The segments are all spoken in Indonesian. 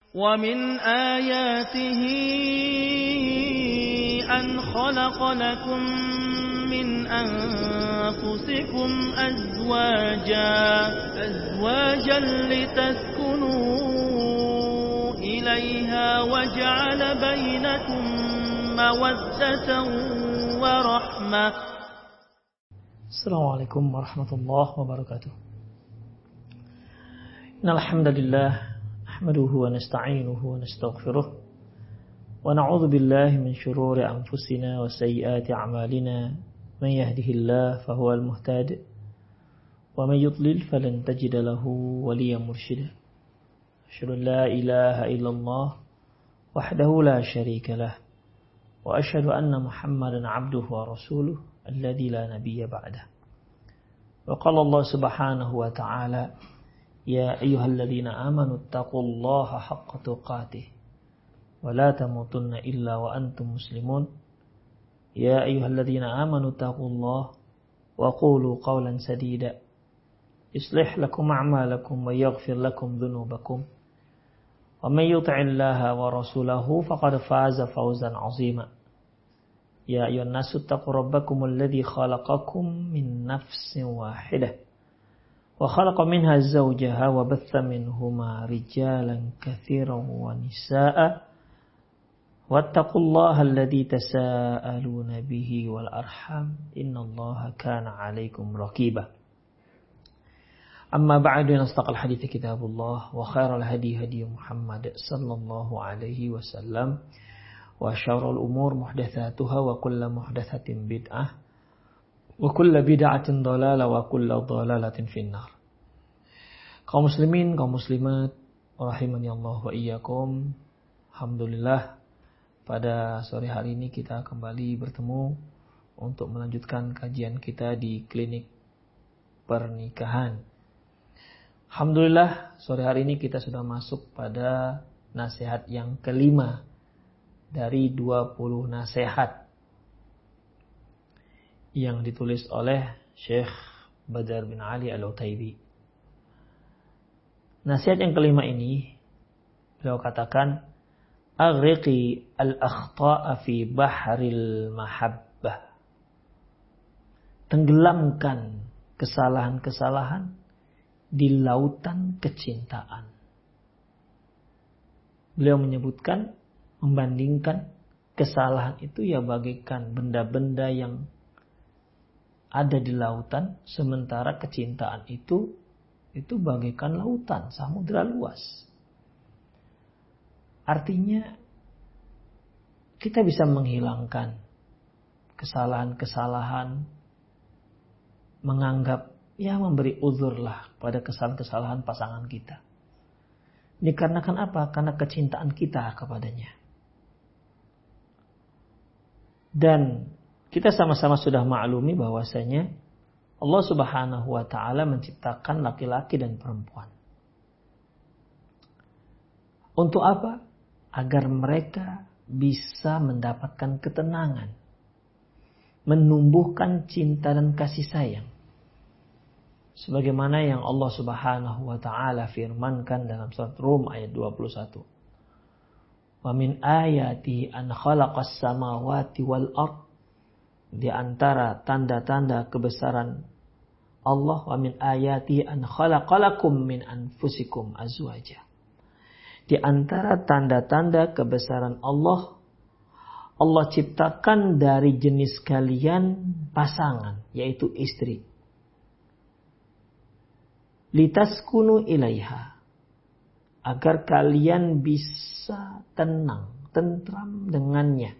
ومن آياته أن خلق لكم من أنفسكم أزواجا لتسكنوا إليها وجعل بينكم مودة ورحمة. السلام عليكم ورحمة الله وبركاته. إن الحمد لله نحمده ونستعينه ونستغفره ونعوذ بالله من شرور أنفسنا وسيئات أعمالنا. من يهده الله فهو المهتد ومن يضلل فلن تجد له وليا مرشدا. أشهد أن لا إله إلا الله وحده لا شريك له وأشهد أن محمدا عبده ورسوله الذي لا نبي بعده. وقال الله سبحانه وتعالى: يا أيها الذين آمنوا اتقوا الله حق تقاته ولا تموتن إلا وأنتم مسلمون. يا أيها الذين آمنوا اتقوا الله وقولوا قولا سديدا يصلح لكم أعمالكم ويغفر لكم ذنوبكم ومن يطع الله ورسوله فقد فاز فوزا عظيما. يا أيها الناس اتقوا ربكم الذي خلقكم من نفس واحدة وخلق منها زوجها وبث منهما رجالا كثيرا ونساء واتقوا الله الذي تساءلون به والأرحام إن الله كان عليكم رقيبا. أما بعد نستقل الحديث كتاب الله وخير الهدي هدي محمد صلى الله عليه وسلم وشر الأمور محدثاتها وكل محدثة بدعة وكل بدعة ضلالة وكل ضلالة في النار. Kaum muslimin, kaum muslimat, rahimani Allah wa iyyakum. Alhamdulillah, pada sore hari ini kita kembali bertemu untuk melanjutkan kajian kita di klinik pernikahan. Alhamdulillah, sore hari ini kita sudah masuk pada nasihat yang kelima dari 20 nasihat yang ditulis oleh Syekh Badar bin Ali Al-Utaibi. Nasihat yang kelima ini beliau katakan, aghriqi al-akhta'a fi bahril mahabbah. Tenggelamkan kesalahan-kesalahan di lautan kecintaan. Beliau menyebutkan, membandingkan kesalahan itu ya bagaikan benda-benda yang ada di lautan, sementara kecintaan itu bagaikan lautan, samudra luas. Artinya kita bisa menghilangkan kesalahan-kesalahan, menganggap memberi uzurlah pada kesalahan-kesalahan pasangan kita. Dikarenakan apa? Karena kecintaan kita kepadanya. Dan kita sama-sama sudah maklumi bahwasanya Allah Subhanahu wa taala menciptakan laki-laki dan perempuan. Untuk apa? Agar mereka bisa mendapatkan ketenangan, menumbuhkan cinta dan kasih sayang. Sebagaimana yang Allah Subhanahu wa taala firmankan dalam surat Rum ayat 21. Wa min ayati an khalaqas samawati wal ard. Di antara tanda-tanda kebesaran Allah, wa min ayati an khalaqalakum min anfusikum azwaja. Di antara tanda-tanda kebesaran Allah, Allah ciptakan dari jenis kalian pasangan, yaitu istri. Litaskunu ilaiha, agar kalian bisa tenang, tentram dengannya.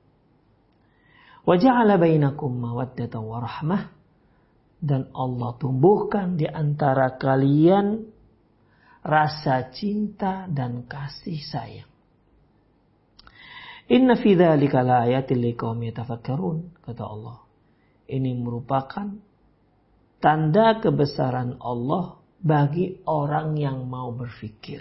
Wa ja'ala bainakum mawaddatan wa rahmah, dan Allah tumbuhkan di antara kalian rasa cinta dan kasih sayang. Inna fi dzalika laayatil liqaumin yatafakkarun, kata Allah. Ini merupakan tanda kebesaran Allah bagi orang yang mau berfikir.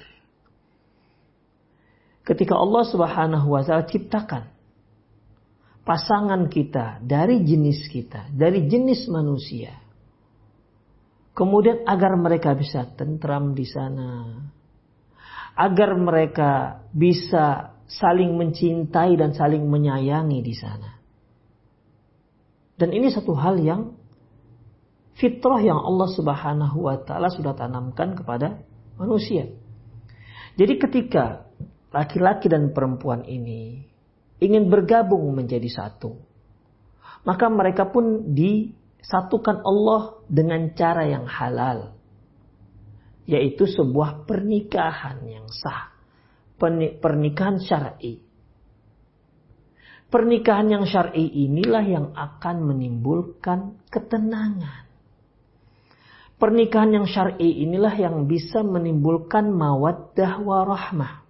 Ketika Allah Subhanahu wa taala ciptakan pasangan kita dari jenis kita, dari jenis manusia, kemudian agar mereka bisa tentram di sana, agar mereka bisa saling mencintai dan saling menyayangi di sana. Dan ini satu hal yang fitrah yang Allah Subhanahu wa taala sudah tanamkan kepada manusia. Jadi ketika laki-laki dan perempuan ini ingin bergabung menjadi satu, maka mereka pun disatukan Allah dengan cara yang halal, yaitu sebuah pernikahan yang sah, pernikahan syar'i. Pernikahan yang syar'i inilah yang akan menimbulkan ketenangan. Pernikahan yang syar'i inilah yang bisa menimbulkan mawaddah warahmah,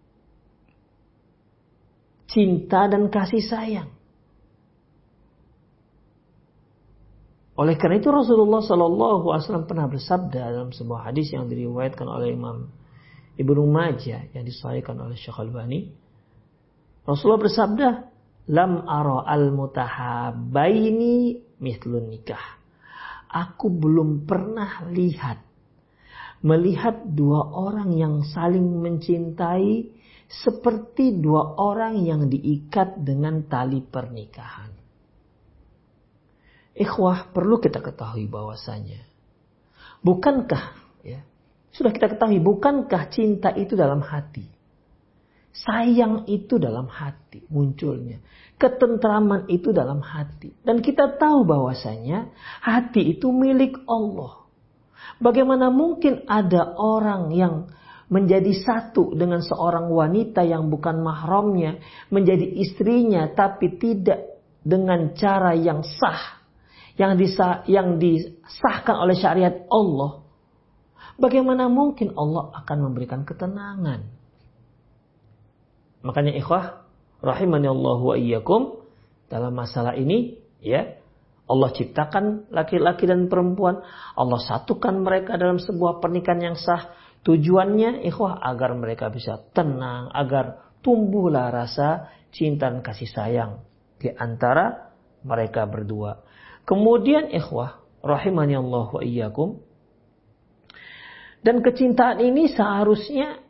cinta dan kasih sayang. Oleh karena itu Rasulullah SAW pernah bersabda dalam sebuah hadis yang diriwayatkan oleh Imam Ibnu Majah yang disahihkan oleh Syekh Albani. Rasulullah bersabda, "Lam ara al-mutahabbaini mithlun nikah." Aku belum pernah melihat dua orang yang saling mencintai seperti dua orang yang diikat dengan tali pernikahan. Ikhwah, perlu kita ketahui bahwasanya sudah kita ketahui, bukankah cinta itu dalam hati? Sayang itu dalam hati munculnya. Ketentraman itu dalam hati. Dan kita tahu bahwasanya hati itu milik Allah. Bagaimana mungkin ada orang yang menjadi satu dengan seorang wanita yang bukan mahramnya, menjadi istrinya tapi tidak dengan cara yang sah, yang disahkan oleh syariat Allah. Bagaimana mungkin Allah akan memberikan ketenangan? Makanya ikhwah rahimani Allah wa iyyakum, dalam masalah ini Allah ciptakan laki-laki dan perempuan, Allah satukan mereka dalam sebuah pernikahan yang sah. Tujuannya ikhwah agar mereka bisa tenang, agar tumbuhlah rasa cinta dan kasih sayang di antara mereka berdua. Kemudian ikhwah rahimani Allah wa iyyakum, dan kecintaan ini seharusnya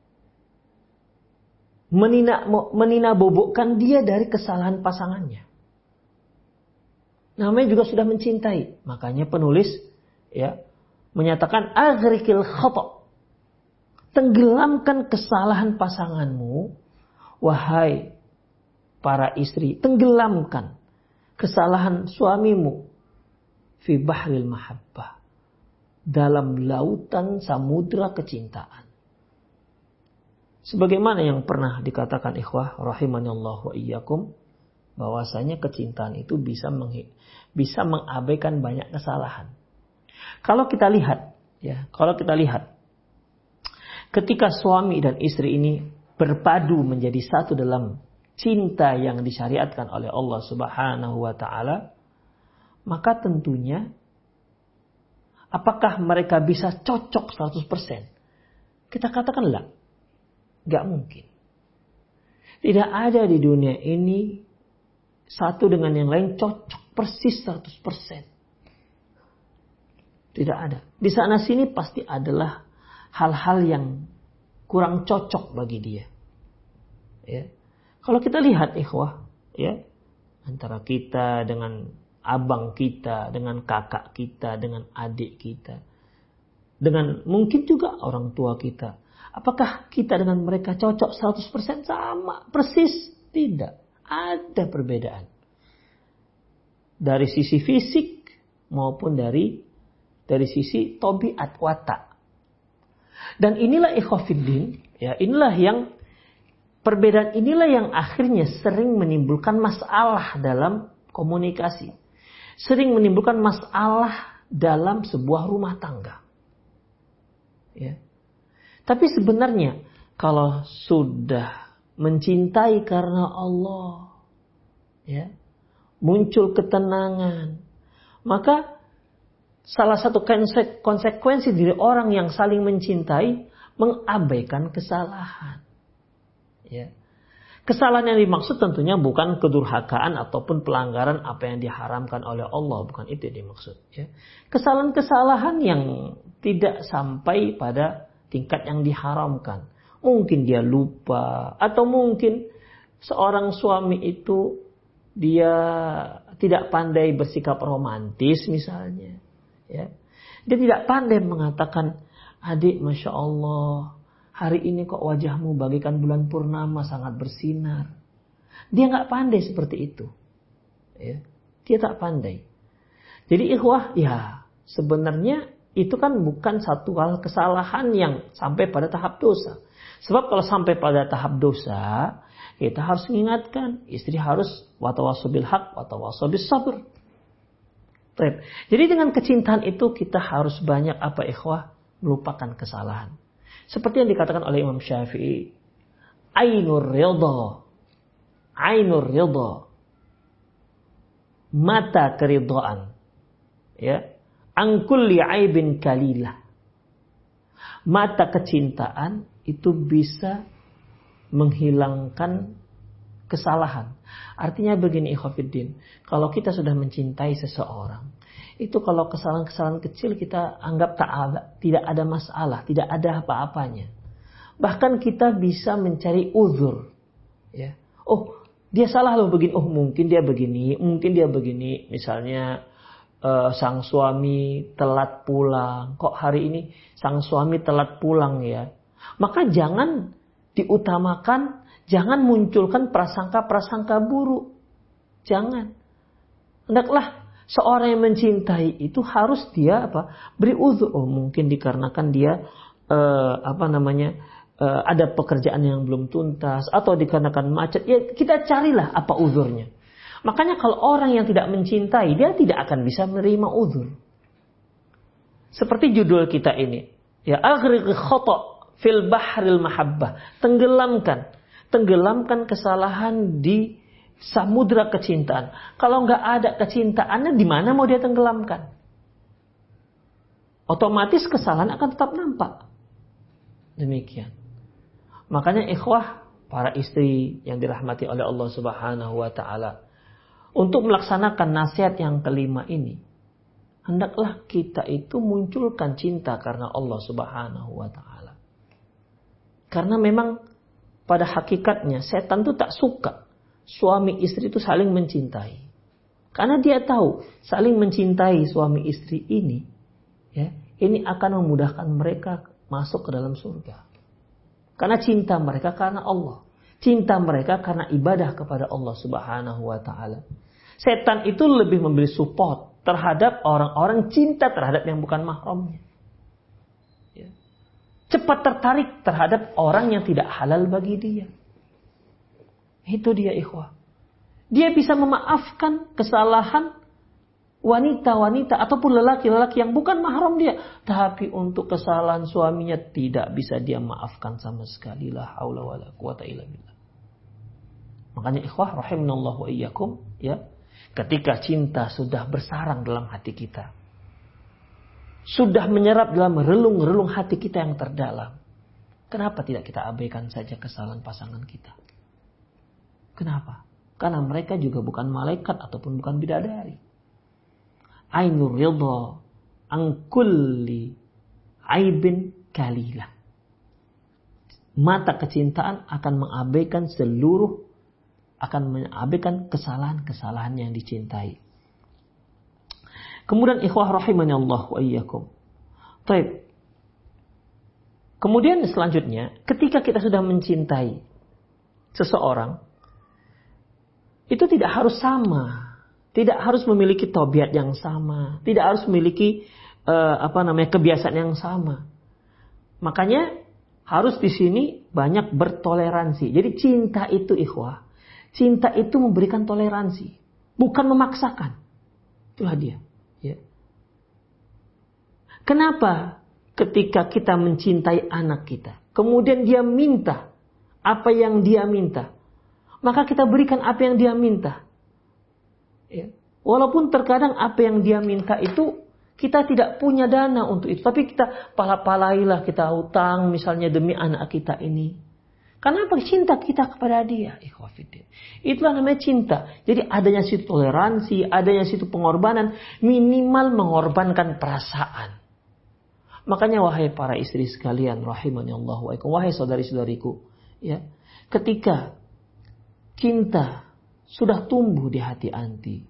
menina-bobokkan dia dari kesalahan pasangannya. Namanya juga sudah mencintai. Makanya penulis menyatakan aghrikil khata'. Tenggelamkan kesalahan pasanganmu, wahai para istri, tenggelamkan kesalahan suamimu fi bahril mahabbah, dalam lautan samudra kecintaan. Sebagaimana yang pernah dikatakan ikhwah rahimanallahu wa iyyakum, bahwasanya kecintaan itu bisa mengabaikan banyak kesalahan. Kalau kita lihat ketika suami dan istri ini berpadu menjadi satu dalam cinta yang disyariatkan oleh Allah Subhanahu wa taala, maka tentunya apakah mereka bisa cocok 100%? Kita katakan lah, gak mungkin. Tidak ada di dunia ini satu dengan yang lain cocok persis 100%. Tidak ada. Di sana sini pasti adalah hal-hal yang kurang cocok bagi dia. Kalau kita lihat ikhwah, antara kita dengan abang kita, dengan kakak kita, dengan adik kita, dengan mungkin juga orang tua kita. Apakah kita dengan mereka cocok 100% sama? Persis? Tidak. Ada perbedaan. Dari sisi fisik maupun dari sisi tabiat watak. Dan inilah ikhwafiddin, inilah yang perbedaan inilah yang akhirnya sering menimbulkan masalah dalam komunikasi. Sering menimbulkan masalah dalam sebuah rumah tangga. Tapi sebenarnya kalau sudah mencintai karena Allah, muncul ketenangan, maka salah satu konsekuensi dari orang yang saling mencintai mengabaikan kesalahan. Kesalahan yang dimaksud tentunya bukan kedurhakaan ataupun pelanggaran apa yang diharamkan oleh Allah, bukan itu yang dimaksud. Kesalahan-kesalahan yang tidak sampai pada tingkat yang diharamkan. Mungkin dia lupa, atau mungkin seorang suami itu dia tidak pandai bersikap romantis misalnya. Ya. Dia tidak pandai mengatakan, adik Masya Allah, hari ini kok wajahmu bagaikan bulan purnama sangat bersinar. Dia nggak pandai seperti itu. Ya. Dia tak pandai. Jadi ikhwah, ya sebenarnya itu kan bukan satu hal kesalahan yang sampai pada tahap dosa. Sebab kalau sampai pada tahap dosa, kita harus mengingatkan, istri harus watawasau bil haq, watawasau bis sabr. Jadi dengan kecintaan itu kita harus banyak apa ikhwah? Melupakan kesalahan. Seperti yang dikatakan oleh Imam Syafi'i, Ainur ridha, mata keridhaan. Ya, angkulli aibin kalilah. Mata kecintaan itu bisa menghilangkan kesalahan. Artinya begini ikhwafiddin, kalau kita sudah mencintai seseorang, itu kalau kesalahan-kesalahan kecil kita anggap tidak ada masalah, tidak ada apa-apanya. Bahkan kita bisa mencari uzur. Ya. Oh, dia salah loh begini. Oh, mungkin dia begini. Misalnya sang suami telat pulang. Kok hari ini sang suami telat pulang ya? Maka jangan diutamakan, jangan munculkan prasangka-prasangka buruk. Jangan. Hendaklah seorang yang mencintai itu harus dia beri uzur. Oh, mungkin dikarenakan dia ada pekerjaan yang belum tuntas atau dikarenakan macet. Ya kita carilah apa uzurnya. Makanya kalau orang yang tidak mencintai, dia tidak akan bisa menerima uzur. Seperti judul kita ini. Ya, aghriq khata' fil bahril mahabbah. Tenggelamkan kesalahan di samudra kecintaan. Kalau nggak ada kecintaannya, di mana mau dia tenggelamkan? Otomatis kesalahan akan tetap nampak. Demikian. Makanya ikhwah, para istri yang dirahmati oleh Allah Subhanahu wa taala, untuk melaksanakan nasihat yang kelima ini, hendaklah kita itu munculkan cinta karena Allah Subhanahu wa taala. Karena memang pada hakikatnya setan itu tak suka suami istri itu saling mencintai. Karena dia tahu saling mencintai suami istri ini, ya, ini akan memudahkan mereka masuk ke dalam surga. Karena cinta mereka karena Allah. Cinta mereka karena ibadah kepada Allah Subhanahu wa taala. Setan itu lebih memberi support terhadap orang-orang cinta terhadap yang bukan mahramnya. Ya. Cepat tertarik terhadap orang yang tidak halal bagi dia. Itu dia ikhwah. Dia bisa memaafkan kesalahan wanita-wanita ataupun lelaki-lelaki yang bukan mahram dia. Tapi untuk kesalahan suaminya tidak bisa dia maafkan sama sekali. La haula wa la quwata illa billah. Makanya ikhwah rahimanallahu wa iyyakum, ya. Ketika cinta sudah bersarang dalam hati kita, sudah menyerap dalam relung-relung hati kita yang terdalam, kenapa tidak kita abaikan saja kesalahan pasangan kita? Kenapa? Karena mereka juga bukan malaikat ataupun bukan bidadari. Ainur ridha an kulli aibin kalilah. Mata kecintaan akan mengabaikan kesalahan-kesalahan yang dicintai. Kemudian ikhwah rahimani Allah wa iyyakum. Baik. Kemudian selanjutnya, ketika kita sudah mencintai seseorang, itu tidak harus sama, tidak harus memiliki tabiat yang sama, tidak harus memiliki kebiasaan yang sama. Makanya harus di sini banyak bertoleransi. Jadi cinta itu ikhwah, cinta itu memberikan toleransi, bukan memaksakan. Itulah dia. Ya. Kenapa ketika kita mencintai anak kita, kemudian dia minta apa yang dia minta, maka kita berikan apa yang dia minta. Ya. Walaupun terkadang apa yang dia minta itu kita tidak punya dana untuk itu, tapi kita pala-palailah, kita hutang misalnya demi anak kita ini. Karena apa? Cinta kita kepada dia. Itulah namanya cinta. Jadi adanya situ toleransi, adanya situ pengorbanan, minimal mengorbankan perasaan. Makanya wahai para istri sekalian, rahimani Allah wa ikum, wahai saudari-saudariku, ya, ketika cinta sudah tumbuh di hati anti,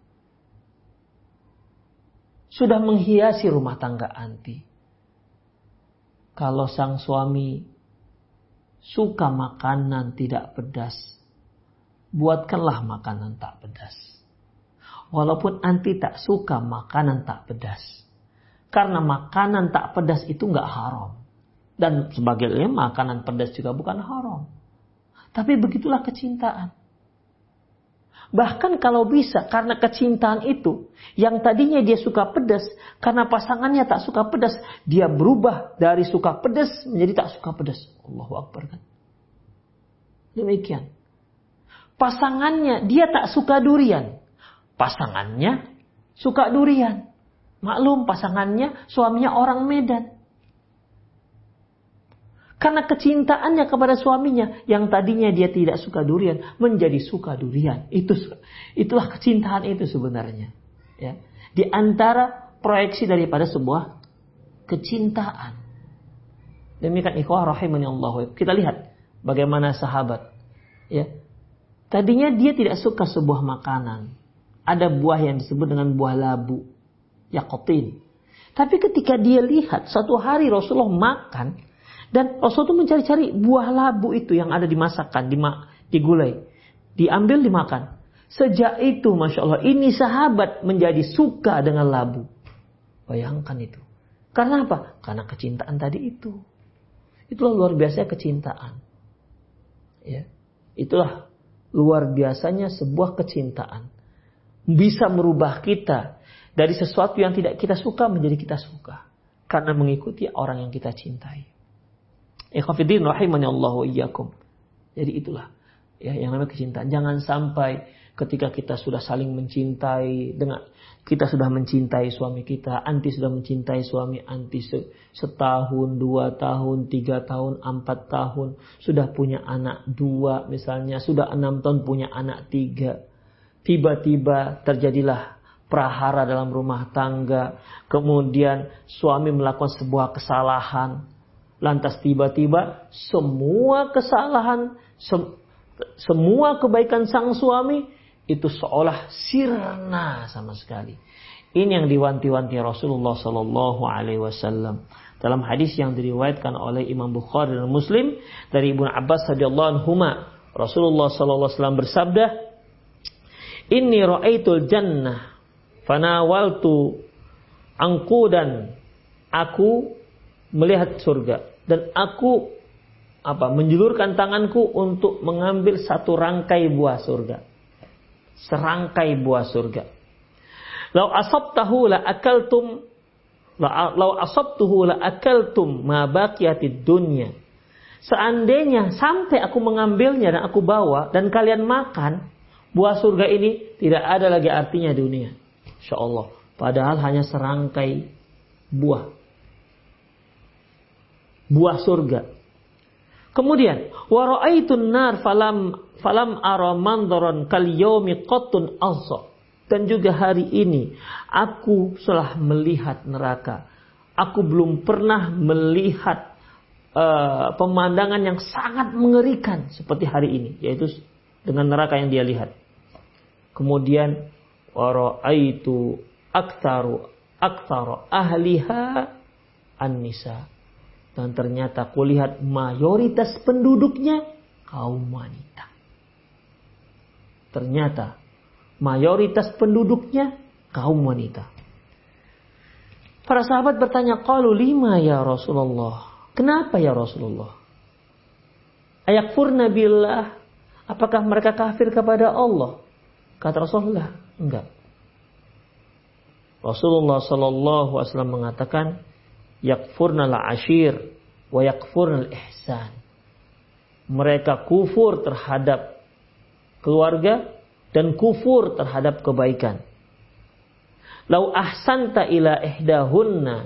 sudah menghiasi rumah tangga anti, kalau sang suami suka makanan tidak pedas, buatkanlah makanan tak pedas. Walaupun anti tak suka makanan tak pedas. Karena makanan tak pedas itu nggak haram. Dan sebagiannya makanan pedas juga bukan haram. Tapi begitulah kecintaan. Bahkan kalau bisa, karena kecintaan itu, yang tadinya dia suka pedas, karena pasangannya tak suka pedas, dia berubah dari suka pedas menjadi tak suka pedas. Allahu Akbar kan. Demikian. Pasangannya, dia tak suka durian. Pasangannya suka durian. Maklum pasangannya, suaminya orang Medan. Karena kecintaannya kepada suaminya, yang tadinya dia tidak suka durian, menjadi suka durian. Itulah kecintaan itu sebenarnya. Ya. Di antara proyeksi daripada sebuah kecintaan. Demikian ikhwah rahimani Allah. Kita lihat bagaimana sahabat. Ya. Tadinya dia tidak suka sebuah makanan. Ada buah yang disebut dengan buah labu. Yakotin. Tapi ketika dia lihat suatu hari Rasulullah makan, dan Rasulullah itu mencari-cari buah labu itu yang ada di masakan, digulai, diambil dimakan. Sejak itu, Masya Allah, ini sahabat menjadi suka dengan labu. Bayangkan itu. Karena apa? Karena kecintaan tadi itu. Itulah luar biasa kecintaan. Ya. Itulah luar biasanya sebuah kecintaan. Bisa merubah kita dari sesuatu yang tidak kita suka menjadi kita suka. Karena mengikuti orang yang kita cintai. Ikhwatiddin rahimani Allah wa iyyakum. Jadi itulah ya yang namanya kecintaan. Jangan sampai ketika kita sudah saling mencintai, kita sudah mencintai suami kita, anti sudah mencintai suami anti setahun, 2 tahun, 3 tahun, 4 tahun, sudah punya anak 2 misalnya, sudah 6 tahun punya anak 3. Tiba-tiba terjadilah prahara dalam rumah tangga. Kemudian suami melakukan sebuah kesalahan. Lantas tiba-tiba semua kesalahan, semua kebaikan sang suami itu seolah sirna sama sekali. Ini yang diwanti-wanti Rasulullah Sallallahu Alaihi Wasallam dalam hadis yang diriwayatkan oleh Imam Bukhari dan Muslim dari Ibnu Abbas radhiyallahu anhuma. Rasulullah Sallallahu Alaihi Wasallam bersabda, Inni ra'aitul jannah fanawaltu angkudan. Aku melihat surga dan aku menjulurkan tanganku untuk mengambil satu rangkai buah surga. Serangkai buah surga. Lau asabtuhu la akaltum ma baqiyatid dunya. Seandainya sampai aku mengambilnya dan aku bawa dan kalian makan, buah surga ini tidak ada lagi artinya di dunia. Insyaallah. Padahal hanya serangkai buah surga. Kemudian, wa ra'aitun nar falam ara mandaran kal yaumi qattun azza. Dan juga hari ini aku telah melihat neraka. Aku belum pernah melihat pemandangan yang sangat mengerikan seperti hari ini, yaitu dengan neraka yang dia lihat. Kemudian wa ra'aitu aktsaru ahliha an-nisa. Dan ternyata kulihat mayoritas penduduknya kaum wanita. Ternyata mayoritas penduduknya kaum wanita. Para sahabat bertanya, qalu lima ya Rasulullah. Kenapa ya Rasulullah? Ayakfurna billah. Apakah mereka kafir kepada Allah? Kata Rasulullah, enggak. Rasulullah sallallahu alaihi wasallam mengatakan, yakfurnal ashir wa yakfurnal ihsan. Mereka kufur terhadap keluarga dan kufur terhadap kebaikan. Lau ahsanta ila ihdahunna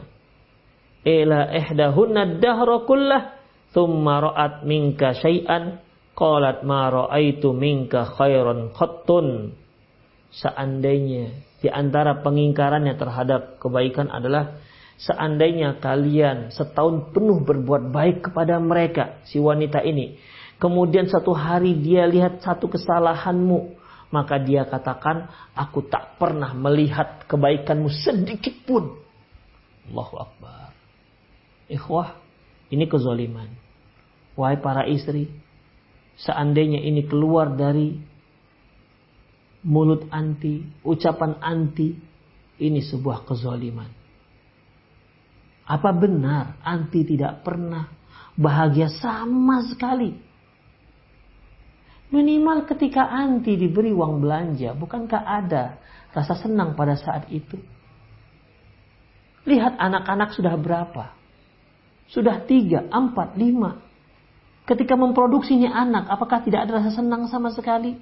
ad-dahra kullah thumma ra'at minka syai'an qalat ma ra'aitu minka khairan qattun. Seandainya di antara pengingkarannya terhadap kebaikan adalah Seandainya kalian setahun penuh berbuat baik kepada mereka, si wanita ini, kemudian satu hari dia lihat satu kesalahanmu, maka dia katakan, aku tak pernah melihat kebaikanmu sedikit pun. Allahu Akbar. Ikhwah, ini kezaliman. Wahai para istri, seandainya ini keluar dari mulut anti, ucapan anti, ini sebuah kezaliman. Apa benar anti tidak pernah bahagia sama sekali? Minimal ketika anti diberi uang belanja, bukankah ada rasa senang pada saat itu? Lihat anak-anak sudah berapa? Sudah 3, 4, 5. Ketika memproduksinya anak, apakah tidak ada rasa senang sama sekali?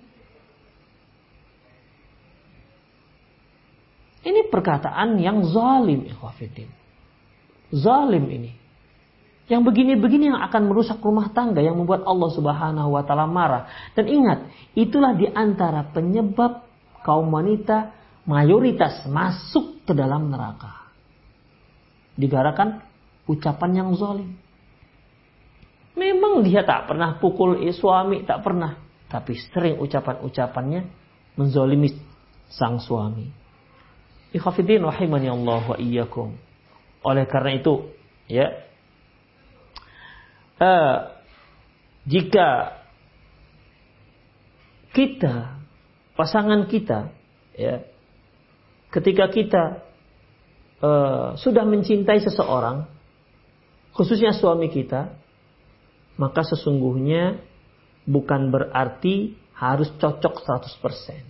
Ini perkataan yang zalim, ikhwafidin. Zalim ini. Yang begini-begini yang akan merusak rumah tangga, yang membuat Allah Subhanahu wa taala marah. Dan ingat, itulah di antara penyebab kaum wanita mayoritas masuk ke dalam neraka. Digarakan ucapan yang zalim. Memang dia tak pernah pukul suami, tak pernah. Tapi sering ucapan-ucapannya menzalimi sang suami. Ikhwafidin rahimani Allah wa iyyakum. Oleh karena itu, ya, jika kita, pasangan kita, ya, ketika kita sudah mencintai seseorang, khususnya suami kita, maka sesungguhnya bukan berarti harus cocok 100%.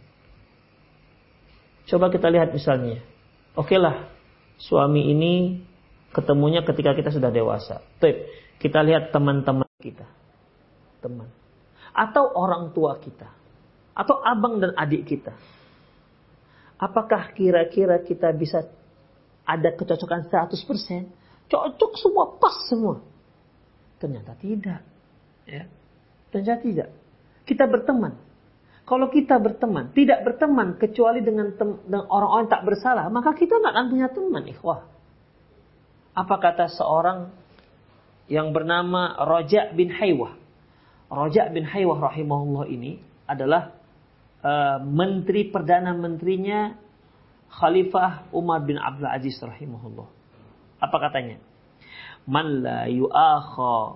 Coba kita lihat misalnya, oke lah, suami ini ketemunya ketika kita sudah dewasa. Kita lihat teman-teman kita, teman, atau orang tua kita, atau abang dan adik kita. Apakah kira-kira kita bisa ada kecocokan 100%? Cocok semua, pas semua. Ternyata tidak. Ya. Ternyata tidak. Kita berteman. Kalau kita berteman, tidak berteman kecuali dengan orang-orang yang tak bersalah, maka kita tidak akan punya teman, ikhwah. Apa kata seorang yang bernama Raja bin Haywah? Raja bin Haywah rahimahullah ini adalah menteri perdana menterinya Khalifah Umar bin Abdul Aziz rahimahullah. Apa katanya? Man la yu'akha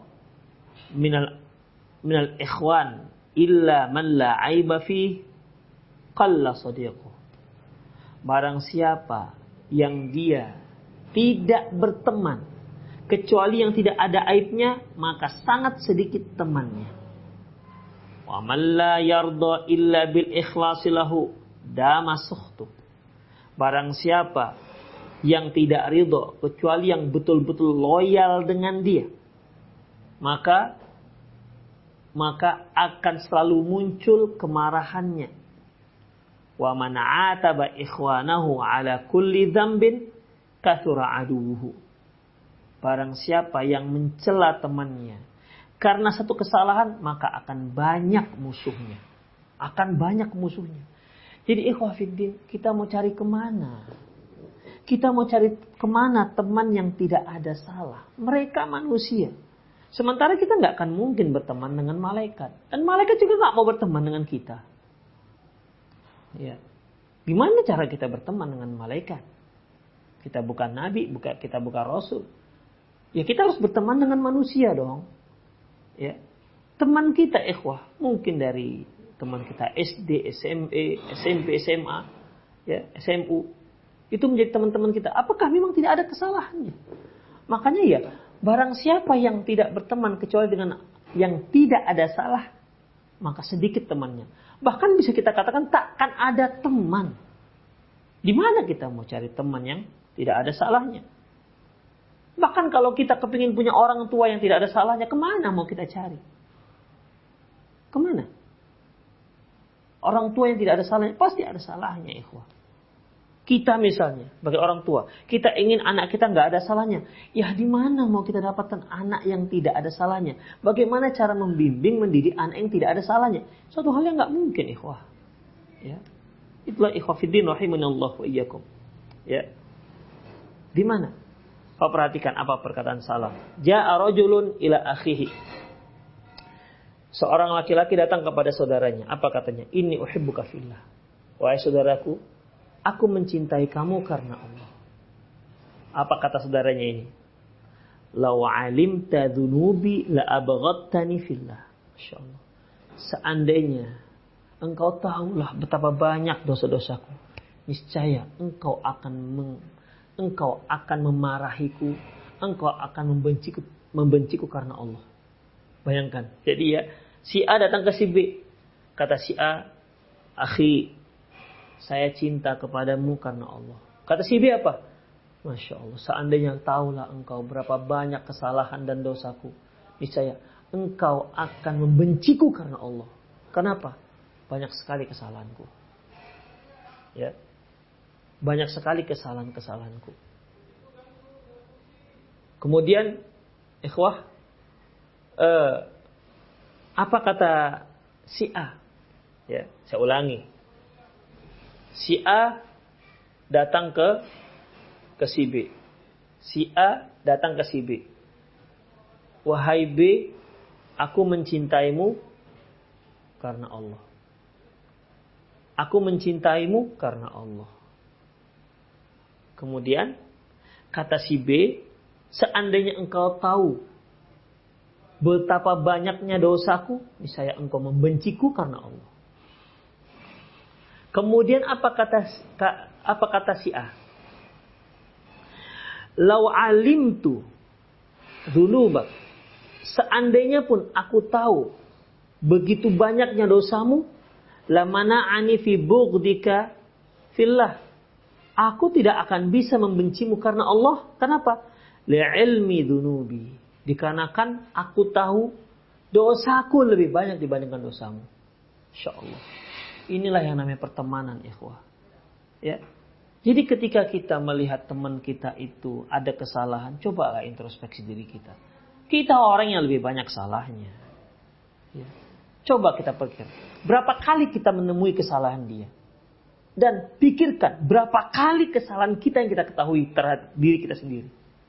minal ikhwan illa man la aiba fih qalla sadiquh. Barang siapa yang dia tidak berteman kecuali yang tidak ada aibnya, maka sangat sedikit temannya. Wa man la yarda illa bil ikhlasi lahu dama sukhtu. Barang siapa yang tidak ridho kecuali yang betul-betul loyal dengan dia, maka akan selalu muncul kemarahannya. Wa man 'ataba ikhwanahu 'ala kulli dzambin katsura 'aduwuhu. Barang siapa yang mencela temannya karena satu kesalahan, maka akan banyak musuhnya. Akan banyak musuhnya. Jadi ikhwah fiddin, kita mau cari kemana? Kita mau cari kemana teman yang tidak ada salah? Mereka manusia. Sementara kita nggak akan mungkin berteman dengan malaikat. Dan malaikat juga nggak mau berteman dengan kita. Ya. Gimana cara kita berteman dengan malaikat? Kita bukan nabi, kita bukan rasul. Ya kita harus berteman dengan manusia dong. Ya. Teman kita ikhwah, mungkin dari teman kita SD, SMP, SMA, ya, SMU. Itu menjadi teman-teman kita. Apakah memang tidak ada kesalahannya? Makanya ya, barang siapa yang tidak berteman kecuali dengan yang tidak ada salah, maka sedikit temannya. Bahkan bisa kita katakan takkan ada teman. Di mana kita mau cari teman yang tidak ada salahnya? Bahkan kalau kita kepingin punya orang tua yang tidak ada salahnya, kemana mau kita cari? Kemana? Orang tua yang tidak ada salahnya, pasti ada salahnya, ikhwah. Kita misalnya, sebagai orang tua, kita ingin anak kita nggak ada salahnya. Ya di mana mau kita dapatkan anak yang tidak ada salahnya? Bagaimana cara membimbing, mendidik anak yang tidak ada salahnya? Suatu hal yang nggak mungkin, ikhwah. Ya. Itulah ikhwah fiddin rahimanallah wa iyyakum. Ya. Di mana? Kau perhatikan apa perkataan salaf. Ja'a rajulun ila akhihi. Seorang laki-laki datang kepada saudaranya. Apa katanya? Inni uhibbuka fillah. Wahai saudaraku, aku mencintai kamu karena Allah. Apa kata saudaranya ini? Law alimta dhunubi la abghadtani fillah. Masyaallah. Seandainya engkau tahulah betapa banyak dosa-dosaku, niscaya engkau akan memarahiku, engkau akan membenciku karena Allah. Bayangkan. Jadi ya, si A datang ke si B. Kata si A, akhi, saya cinta kepadamu karena Allah. Kata si B apa? Masya Allah, seandainya tahulah engkau berapa banyak kesalahan dan dosaku, niscaya engkau akan membenciku karena Allah. Kenapa? Banyak sekali kesalahanku. Ya. Banyak sekali kesalahan-kesalahanku. Kemudian, ikhwah, apa kata si A? Ya, saya ulangi. Si A datang ke si B. Si A datang ke si B. Wahai B, aku mencintaimu karena Allah. Aku mencintaimu karena Allah. Kemudian kata si B, seandainya engkau tahu betapa banyaknya dosaku, niscaya engkau membenciku karena Allah. Kemudian apa kata si A? Lau alimtu dzunubak. Seandainya pun aku tahu begitu banyaknya dosamu, lamana'ani fi bughdika fillah. Aku tidak akan bisa membencimu karena Allah. Kenapa? Li'ilmi dzunubi. Dikarenakan aku tahu dosaku lebih banyak dibandingkan dosamu. Insyaallah. Inilah yang namanya pertemanan, ikhwah. Ya. Jadi ketika kita melihat teman kita itu ada kesalahan, cobalah introspeksi diri kita. Kita orang yang lebih banyak salahnya. Ya. Coba kita pikir, berapa kali kita menemui kesalahan dia? Dan pikirkan berapa kali kesalahan kita yang kita ketahui terhadap diri kita sendiri.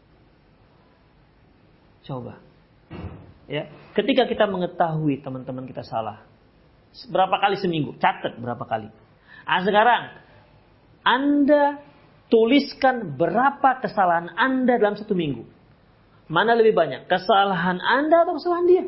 Coba. Ya, ketika kita mengetahui teman-teman kita salah, berapa kali seminggu? Catat berapa kali. Ah, sekarang Anda tuliskan berapa kesalahan Anda dalam satu minggu. Mana lebih banyak? Kesalahan Anda atau kesalahan dia?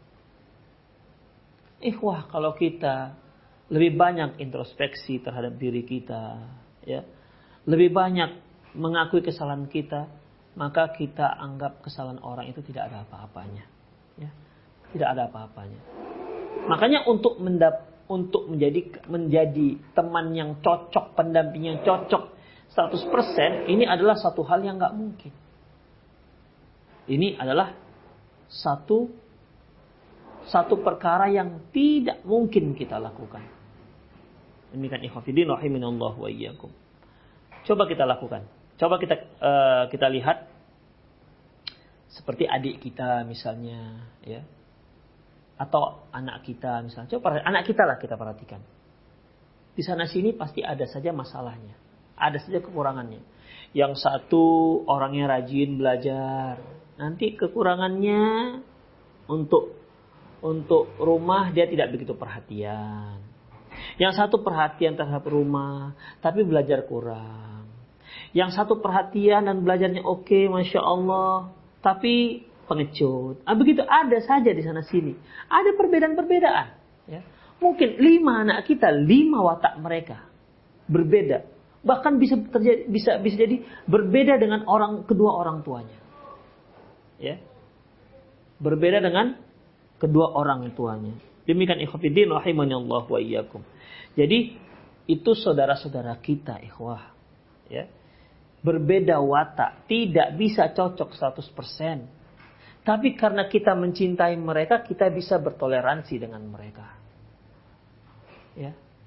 Ikhwah, kalau kita lebih banyak introspeksi terhadap diri kita, ya, lebih banyak mengakui kesalahan kita, maka kita anggap kesalahan orang itu tidak ada apa-apanya, ya, tidak ada apa-apanya. Makanya untuk menjadi teman yang cocok, pendamping yang cocok 100%, ini adalah satu hal yang nggak mungkin. Ini adalah satu perkara yang tidak mungkin kita lakukan. Demikian ikhwatiddin rahimanallahu wa iyyakum. Coba kita lakukan. Coba kita lihat seperti adik kita misalnya, ya. Atau anak kita misalnya. Coba anak kita lah kita perhatikan. Di sana sini pasti ada saja masalahnya. Ada saja kekurangannya. Yang satu orangnya rajin belajar. Nanti kekurangannya untuk rumah dia tidak begitu perhatian. Yang satu perhatian terhadap rumah, tapi belajar kurang. Yang satu perhatian dan belajarnya oke, Masya Allah, tapi pengecut. Begitu ada saja di sana sini. Ada perbedaan-perbedaan. Ya. Mungkin 5 anak kita, 5 watak mereka berbeda. Bahkan bisa jadi berbeda dengan kedua orang tuanya. Ya. Berbeda dengan kedua orang tuanya. Demikian ikhwatiddin rahimanallahu wa iyyakum. Jadi itu saudara-saudara kita, ikhwah. Ya. Berbeda watak, tidak bisa cocok 100%. Tapi karena kita mencintai mereka, kita bisa bertoleransi dengan mereka. Ya.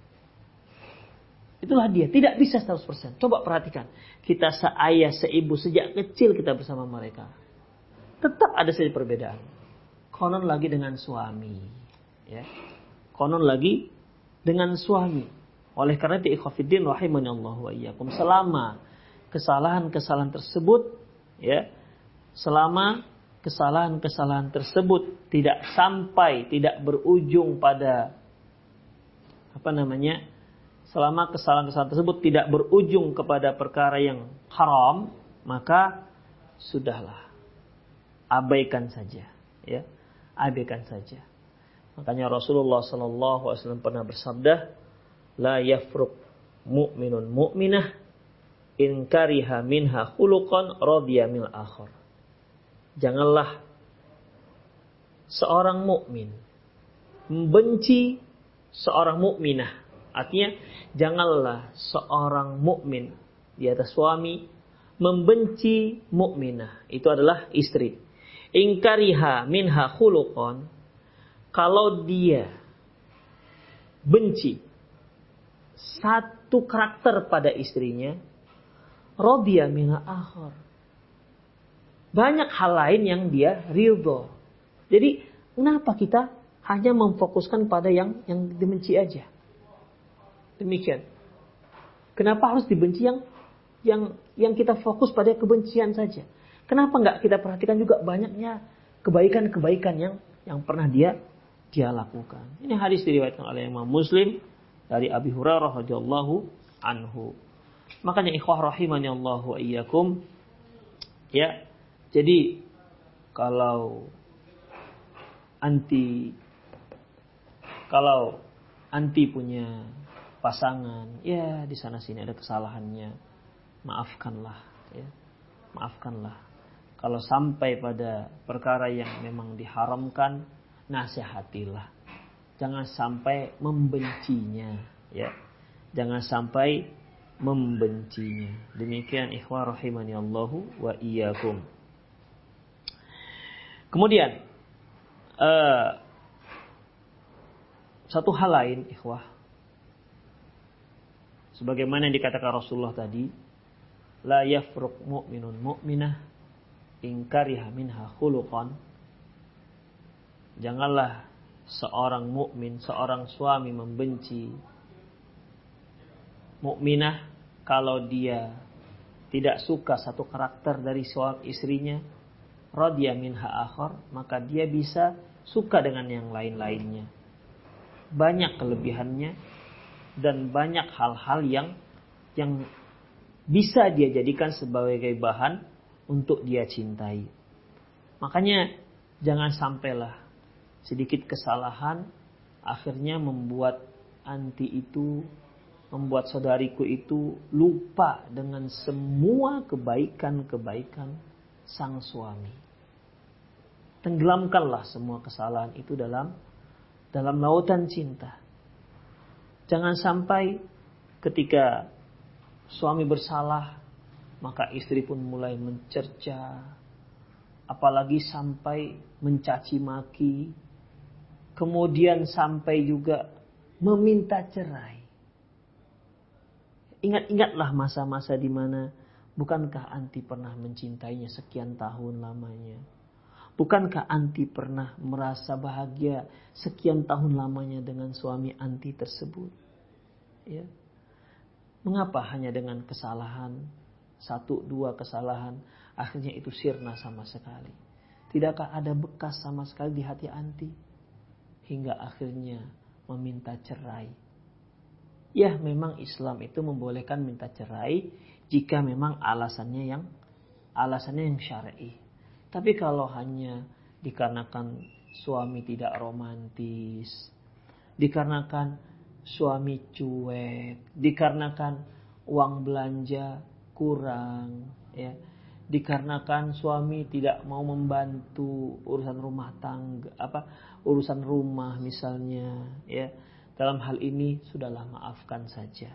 Itulah dia, tidak bisa 100%. Coba perhatikan, kita seayah, seibu, sejak kecil kita bersama mereka. Tetap ada saja perbedaan. Konon lagi dengan suami, ya. Konon lagi dengan suami. Oleh karena itu ikhwatiddin rahimanallahu wa iyyakum, selama kesalahan-kesalahan tersebut ya, selama kesalahan-kesalahan tersebut tidak berujung pada selama kesalahan-kesalahan tersebut tidak berujung kepada perkara yang haram, maka sudahlah, abaikan saja, ya, abaikan saja. Makanya Rasulullah SAW pernah bersabda, la yafruq mu'minun mu'minah in kariha minha khuluqan radiya mil akhar. Janganlah seorang mukmin membenci seorang mukminah. Artinya, janganlah seorang mukmin di atas suami membenci mukminah. Itu adalah istri. In kariha minha khuluqan, kalau dia benci satu karakter pada istrinya, radiya minha akhar. Banyak hal lain yang dia ridho. Jadi, kenapa kita hanya memfokuskan pada yang dibenci aja? Demikian. Kenapa harus dibenci yang kita fokus pada kebencian saja? Kenapa enggak kita perhatikan juga banyaknya kebaikan-kebaikan yang pernah dia lakukan? Ini hadis diriwayatkan oleh Imam Muslim dari Abi Hurairah radhiyallahu anhu. Makanya ikhwah rahimani Allah wa iyyakum, ya. Jadi kalau anti punya pasangan, ya di sana sini ada kesalahannya, maafkanlah, ya. Maafkanlah. Kalau sampai pada perkara yang memang diharamkan, nasihatilah. Jangan sampai membencinya, ya. Jangan sampai membencinya. Demikian ikhwah rahimani Allahu wa iyyakum. Kemudian satu hal lain, ikhwah, sebagaimana yang dikatakan Rasulullah tadi, la yafruq mu'minun mu'minah in kariha minha khuluqan. Janganlah seorang mukmin, seorang suami membenci mukminah kalau dia tidak suka satu karakter dari suami istrinya, radiya minha akhar, maka dia bisa suka dengan yang lain-lainnya. Banyak kelebihannya dan banyak hal-hal yang bisa dia jadikan sebagai bahan untuk dia cintai. Makanya jangan sampailah sedikit kesalahan akhirnya membuat membuat saudariku itu lupa dengan semua kebaikan-kebaikan sang suami. Tenggelamkanlah semua kesalahan itu dalam lautan cinta. Jangan sampai ketika suami bersalah, maka istri pun mulai mencerca, apalagi sampai mencaci maki, kemudian sampai juga meminta cerai. Ingat-ingatlah masa-masa di mana bukankah anti pernah mencintainya sekian tahun lamanya? Bukankah anti pernah merasa bahagia sekian tahun lamanya dengan suami anti tersebut? Ya. Mengapa hanya dengan kesalahan, 1-2 kesalahan, akhirnya itu sirna sama sekali? Tidakkah ada bekas sama sekali di hati anti? Hingga akhirnya meminta cerai. Ya, memang Islam itu membolehkan minta cerai jika memang alasannya yang syar'i. Tapi kalau hanya dikarenakan suami tidak romantis, dikarenakan suami cuek, dikarenakan uang belanja kurang, ya, dikarenakan suami tidak mau membantu urusan rumah tangga, urusan rumah misalnya, ya. Dalam hal ini sudahlah, maafkan saja.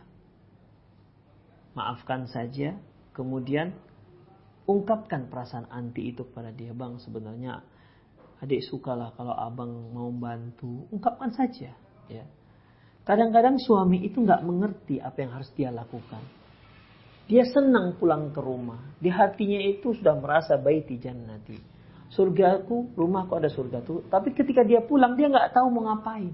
Maafkan saja, kemudian ungkapkan perasaan anti itu kepada dia. Bang, sebenarnya adik sukalah kalau abang mau bantu. Ungkapkan saja, ya. Kadang-kadang suami itu nggak mengerti apa yang harus dia lakukan. Dia senang pulang ke rumah. Di hatinya itu sudah merasa baiti jannati. Surgaku, rumahku ada surga tuh. Tapi ketika dia pulang, dia nggak tahu mau ngapain.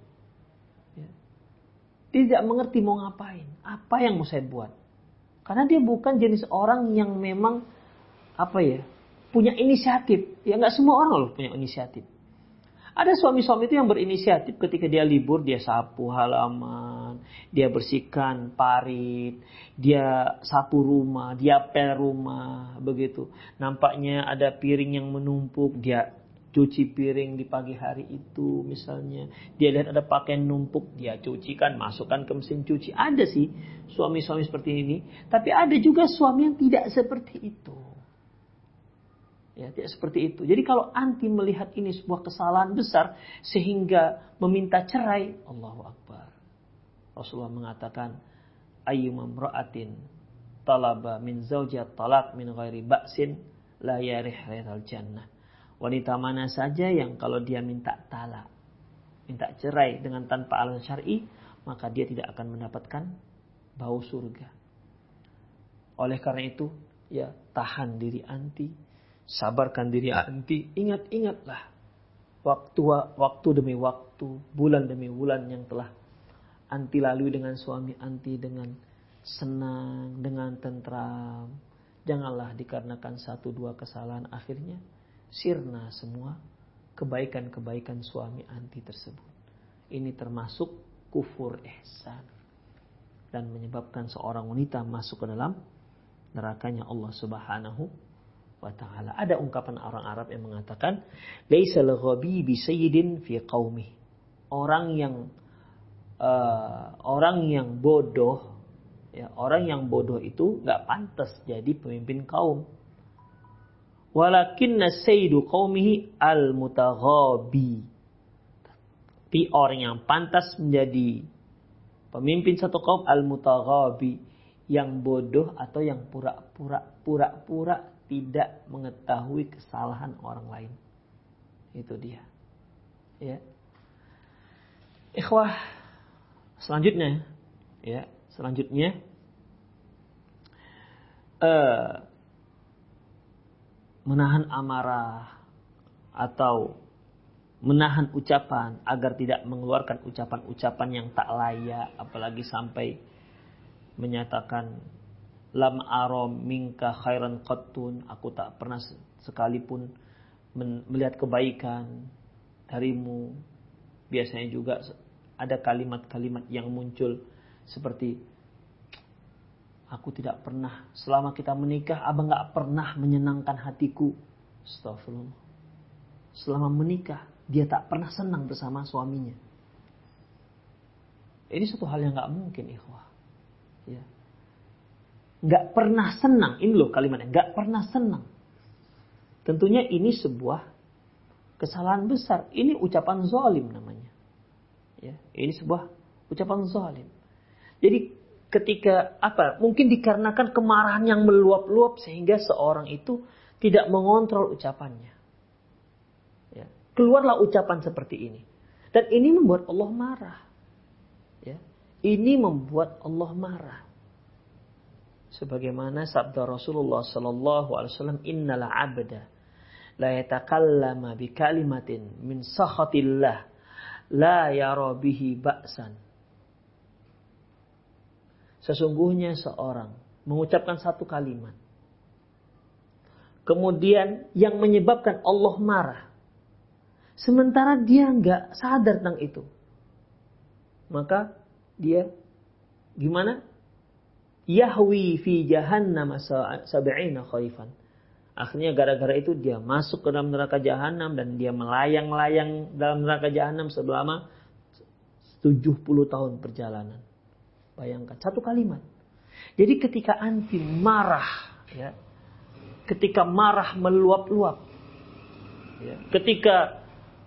Ya. Dia tidak mengerti mau ngapain. Apa yang mau saya buat? Karena dia bukan jenis orang yang memang punya inisiatif. Ya nggak semua orang loh punya inisiatif. Ada suami-suami itu yang berinisiatif ketika dia libur, dia sapu halaman, dia bersihkan parit, dia sapu rumah, dia pel rumah, begitu. Nampaknya ada piring yang menumpuk, dia cuci piring di pagi hari itu misalnya. Dia lihat ada pakaian numpuk, dia cucikan, masukkan ke mesin cuci. Ada sih suami-suami seperti ini. Tapi ada juga suami yang tidak seperti itu. Ya, tidak seperti itu. Jadi kalau anti melihat ini sebuah kesalahan besar sehingga meminta cerai, Allahu Akbar. Rasulullah mengatakan, ayyumam ra'atin talaba min zaujat talak min ghairi ba'sin la yarih rihal jannah. Wanita mana saja yang kalau dia minta talak, minta cerai dengan tanpa alasan syar'i, maka dia tidak akan mendapatkan bau surga. Oleh karena itu, ya tahan diri anti. Sabarkan diri anti, ingat-ingatlah waktu demi waktu, bulan demi bulan yang telah anti lalui dengan suami anti dengan senang, dengan tentram. Janganlah dikarenakan 1-2 kesalahan akhirnya sirna semua kebaikan-kebaikan suami anti tersebut. Ini termasuk kufur ihsan dan menyebabkan seorang wanita masuk ke dalam nerakanya Allah Subhanahu wa ta'ala. Ada ungkapan orang Arab yang mengatakan, laisal ghabibi sayyidin fi qaumi. Orang yang bodoh, ya, orang yang bodoh itu enggak pantas jadi pemimpin kaum. Walakinna sayyidu qaumihi al-mutaghabi. Tapi orang yang pantas menjadi pemimpin satu kaum al-mutaghabi, yang bodoh atau yang pura-pura tidak mengetahui kesalahan orang lain. Itu dia. Ya. Ikhwah, selanjutnya menahan amarah atau menahan ucapan agar tidak mengeluarkan ucapan-ucapan yang tak layak, apalagi sampai menyatakan lam arom minka khairan qattun, aku tak pernah sekalipun melihat kebaikan darimu. Biasanya juga ada kalimat-kalimat yang muncul seperti, aku tidak pernah, selama kita menikah abang gak pernah menyenangkan hatiku. Astagfirullah. Selama menikah dia tak pernah senang bersama suaminya. Ini satu hal yang gak mungkin, ikhwah. Ya. Gak pernah senang. Ini loh kalimatnya. Gak pernah senang. Tentunya ini sebuah kesalahan besar. Ini ucapan zalim namanya. Ya, ini sebuah ucapan zalim. Jadi ketika mungkin dikarenakan kemarahan yang meluap-luap sehingga seorang itu tidak mengontrol ucapannya. Ya, keluarlah ucapan seperti ini. Dan ini membuat Allah marah. Ya, ini membuat Allah marah. Sebagaimana sabda Rasulullah sallallahu alaihi wasallam, innal 'abda la yatakallama bi kalimatin min sakhatillah la yara bihi ba'san. Sesungguhnya seorang mengucapkan satu kalimat, kemudian yang menyebabkan Allah marah, sementara dia enggak sadar tentang itu, maka dia gimana? Yahwi fi jahannam sab'ina khaifan. Akhirnya gara-gara itu dia masuk ke dalam neraka jahanam dan dia melayang-layang dalam neraka jahanam selama 70 tahun perjalanan. Bayangkan satu kalimat. Jadi ketika anti marah, ya, ketika marah meluap-luap, ya, ketika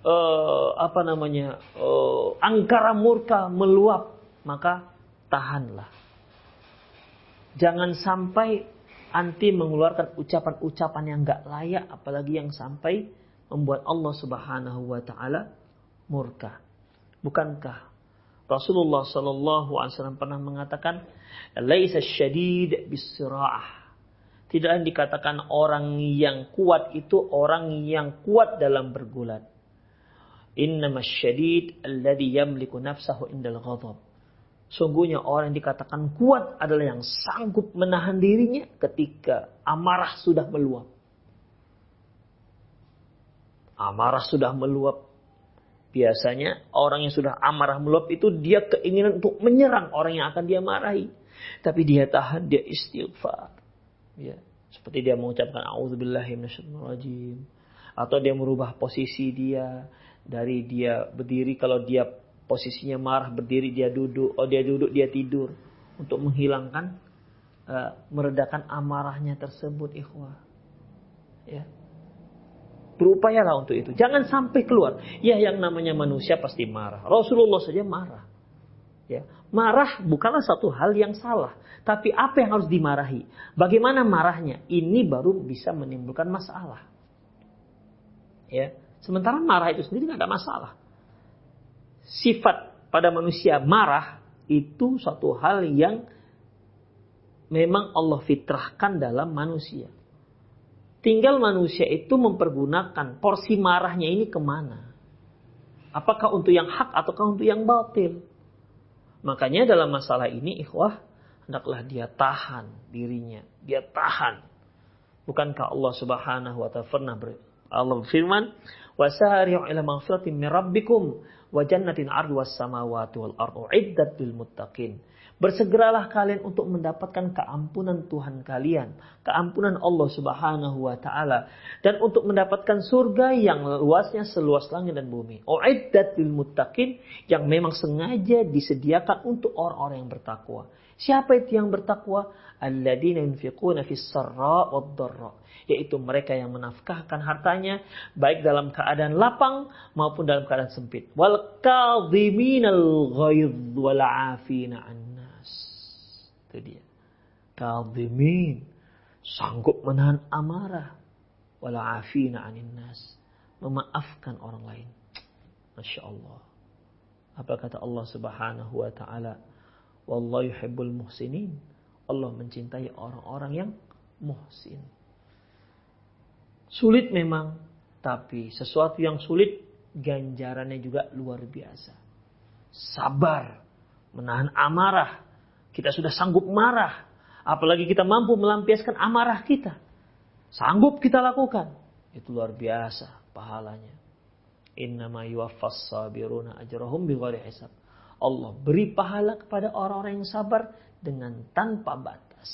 angkara murka meluap, maka tahanlah. Jangan sampai anti mengeluarkan ucapan-ucapan yang gak layak, apalagi yang sampai membuat Allah Subhanahu wa ta'ala murka. Bukankah Rasulullah sallallahu alaihi wasallam pernah mengatakan, laisa syadid bisira'ah. Tidak yang dikatakan orang yang kuat itu orang yang kuat dalam bergulat. Innamas syadid alladhi yamliku nafsahu indal ghadab. Sungguhnya orang yang dikatakan kuat adalah yang sanggup menahan dirinya ketika amarah sudah meluap. Amarah sudah meluap. Biasanya orang yang sudah amarah meluap itu dia keinginan untuk menyerang orang yang akan dia marahi. Tapi dia tahan, dia istighfar. Ya, seperti dia mengucapkan a'udzubillahi minasyaitonirrajim. Atau dia merubah posisi dia. Dari dia berdiri, kalau dia posisinya marah, berdiri dia duduk. Oh, dia duduk, dia tidur. Untuk menghilangkan, meredakan amarahnya tersebut, ikhwah. Ya. Berupayalah untuk itu. Jangan sampai keluar. Ya, yang namanya manusia pasti marah. Rasulullah saja marah. Ya. Marah bukanlah satu hal yang salah. Tapi apa yang harus dimarahi? Bagaimana marahnya? Ini baru bisa menimbulkan masalah. Ya. Sementara marah itu sendiri tidak ada masalah. Sifat pada manusia marah itu suatu hal yang memang Allah fitrahkan dalam manusia. Tinggal manusia itu mempergunakan porsi marahnya ini kemana. Apakah untuk yang hak ataukah untuk yang batil. Makanya dalam masalah ini ikhwah, hendaklah dia tahan dirinya. Dia tahan. Bukankah Allah subhanahu wa ta'ala pernah Allah berfirman, وَسَارِعُ إِلَى مَغْفِرَةٍ مِّن رَبِّكُمْ وَجَنَّةٍ عَرْضُهَا السَّمَاوَاتُ وَالْأَرْضُ أُعِدَّتْ لِلْمُتَّقِينَ. Bersegeralah kalian untuk mendapatkan keampunan Tuhan kalian, keampunan Allah Subhanahu wa taala, dan untuk mendapatkan surga yang luasnya seluas langit dan bumi. Uiddat lil muttaqin, yang memang sengaja disediakan untuk orang-orang yang bertakwa. Siapa itu yang bertakwa? Alladzina yunfiquna fis sarra wad dharra, yaitu mereka yang menafkahkan hartanya baik dalam keadaan lapang maupun dalam keadaan sempit. Wal kadhiminal ghaidh wal 'afina 'an. Itu dia. Kadhimin, sanggup menahan amarah. Wala afina 'anil nas, memaafkan orang lain. Masya Allah. Apa kata Allah Subhanahu wa taala? Wallahu yuhibbul muhsinin. Allah mencintai orang-orang yang muhsin. Sulit memang, tapi sesuatu yang sulit ganjarannya juga luar biasa. Sabar, menahan amarah. Kita sudah sanggup marah. Apalagi kita mampu melampiaskan amarah kita. Sanggup kita lakukan. Itu luar biasa pahalanya. Innama yuwaffas sabiruna ajrahum bighairi hisab. Allah beri pahala kepada orang-orang yang sabar dengan tanpa batas.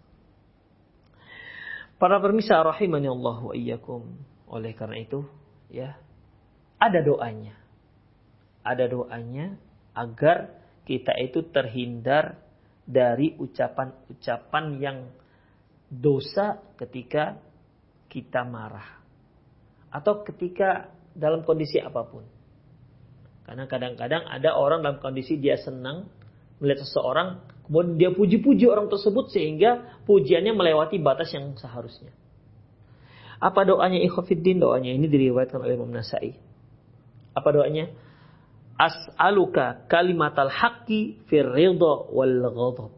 Para pemirsa rahimani Allah wa iyyakum. Oleh karena itu, ya, ada doanya. Ada doanya agar kita itu terhindar dari ucapan-ucapan yang dosa ketika kita marah. Atau ketika dalam kondisi apapun. Karena kadang-kadang ada orang dalam kondisi dia senang melihat seseorang, kemudian dia puji-puji orang tersebut sehingga pujiannya melewati batas yang seharusnya. Apa doanya ikhwafiddin? Doanya ini diriwayatkan oleh Imam Nasa'i. Apa doanya? As'aluka kalimatal haqqi fir ridha wal ghadab.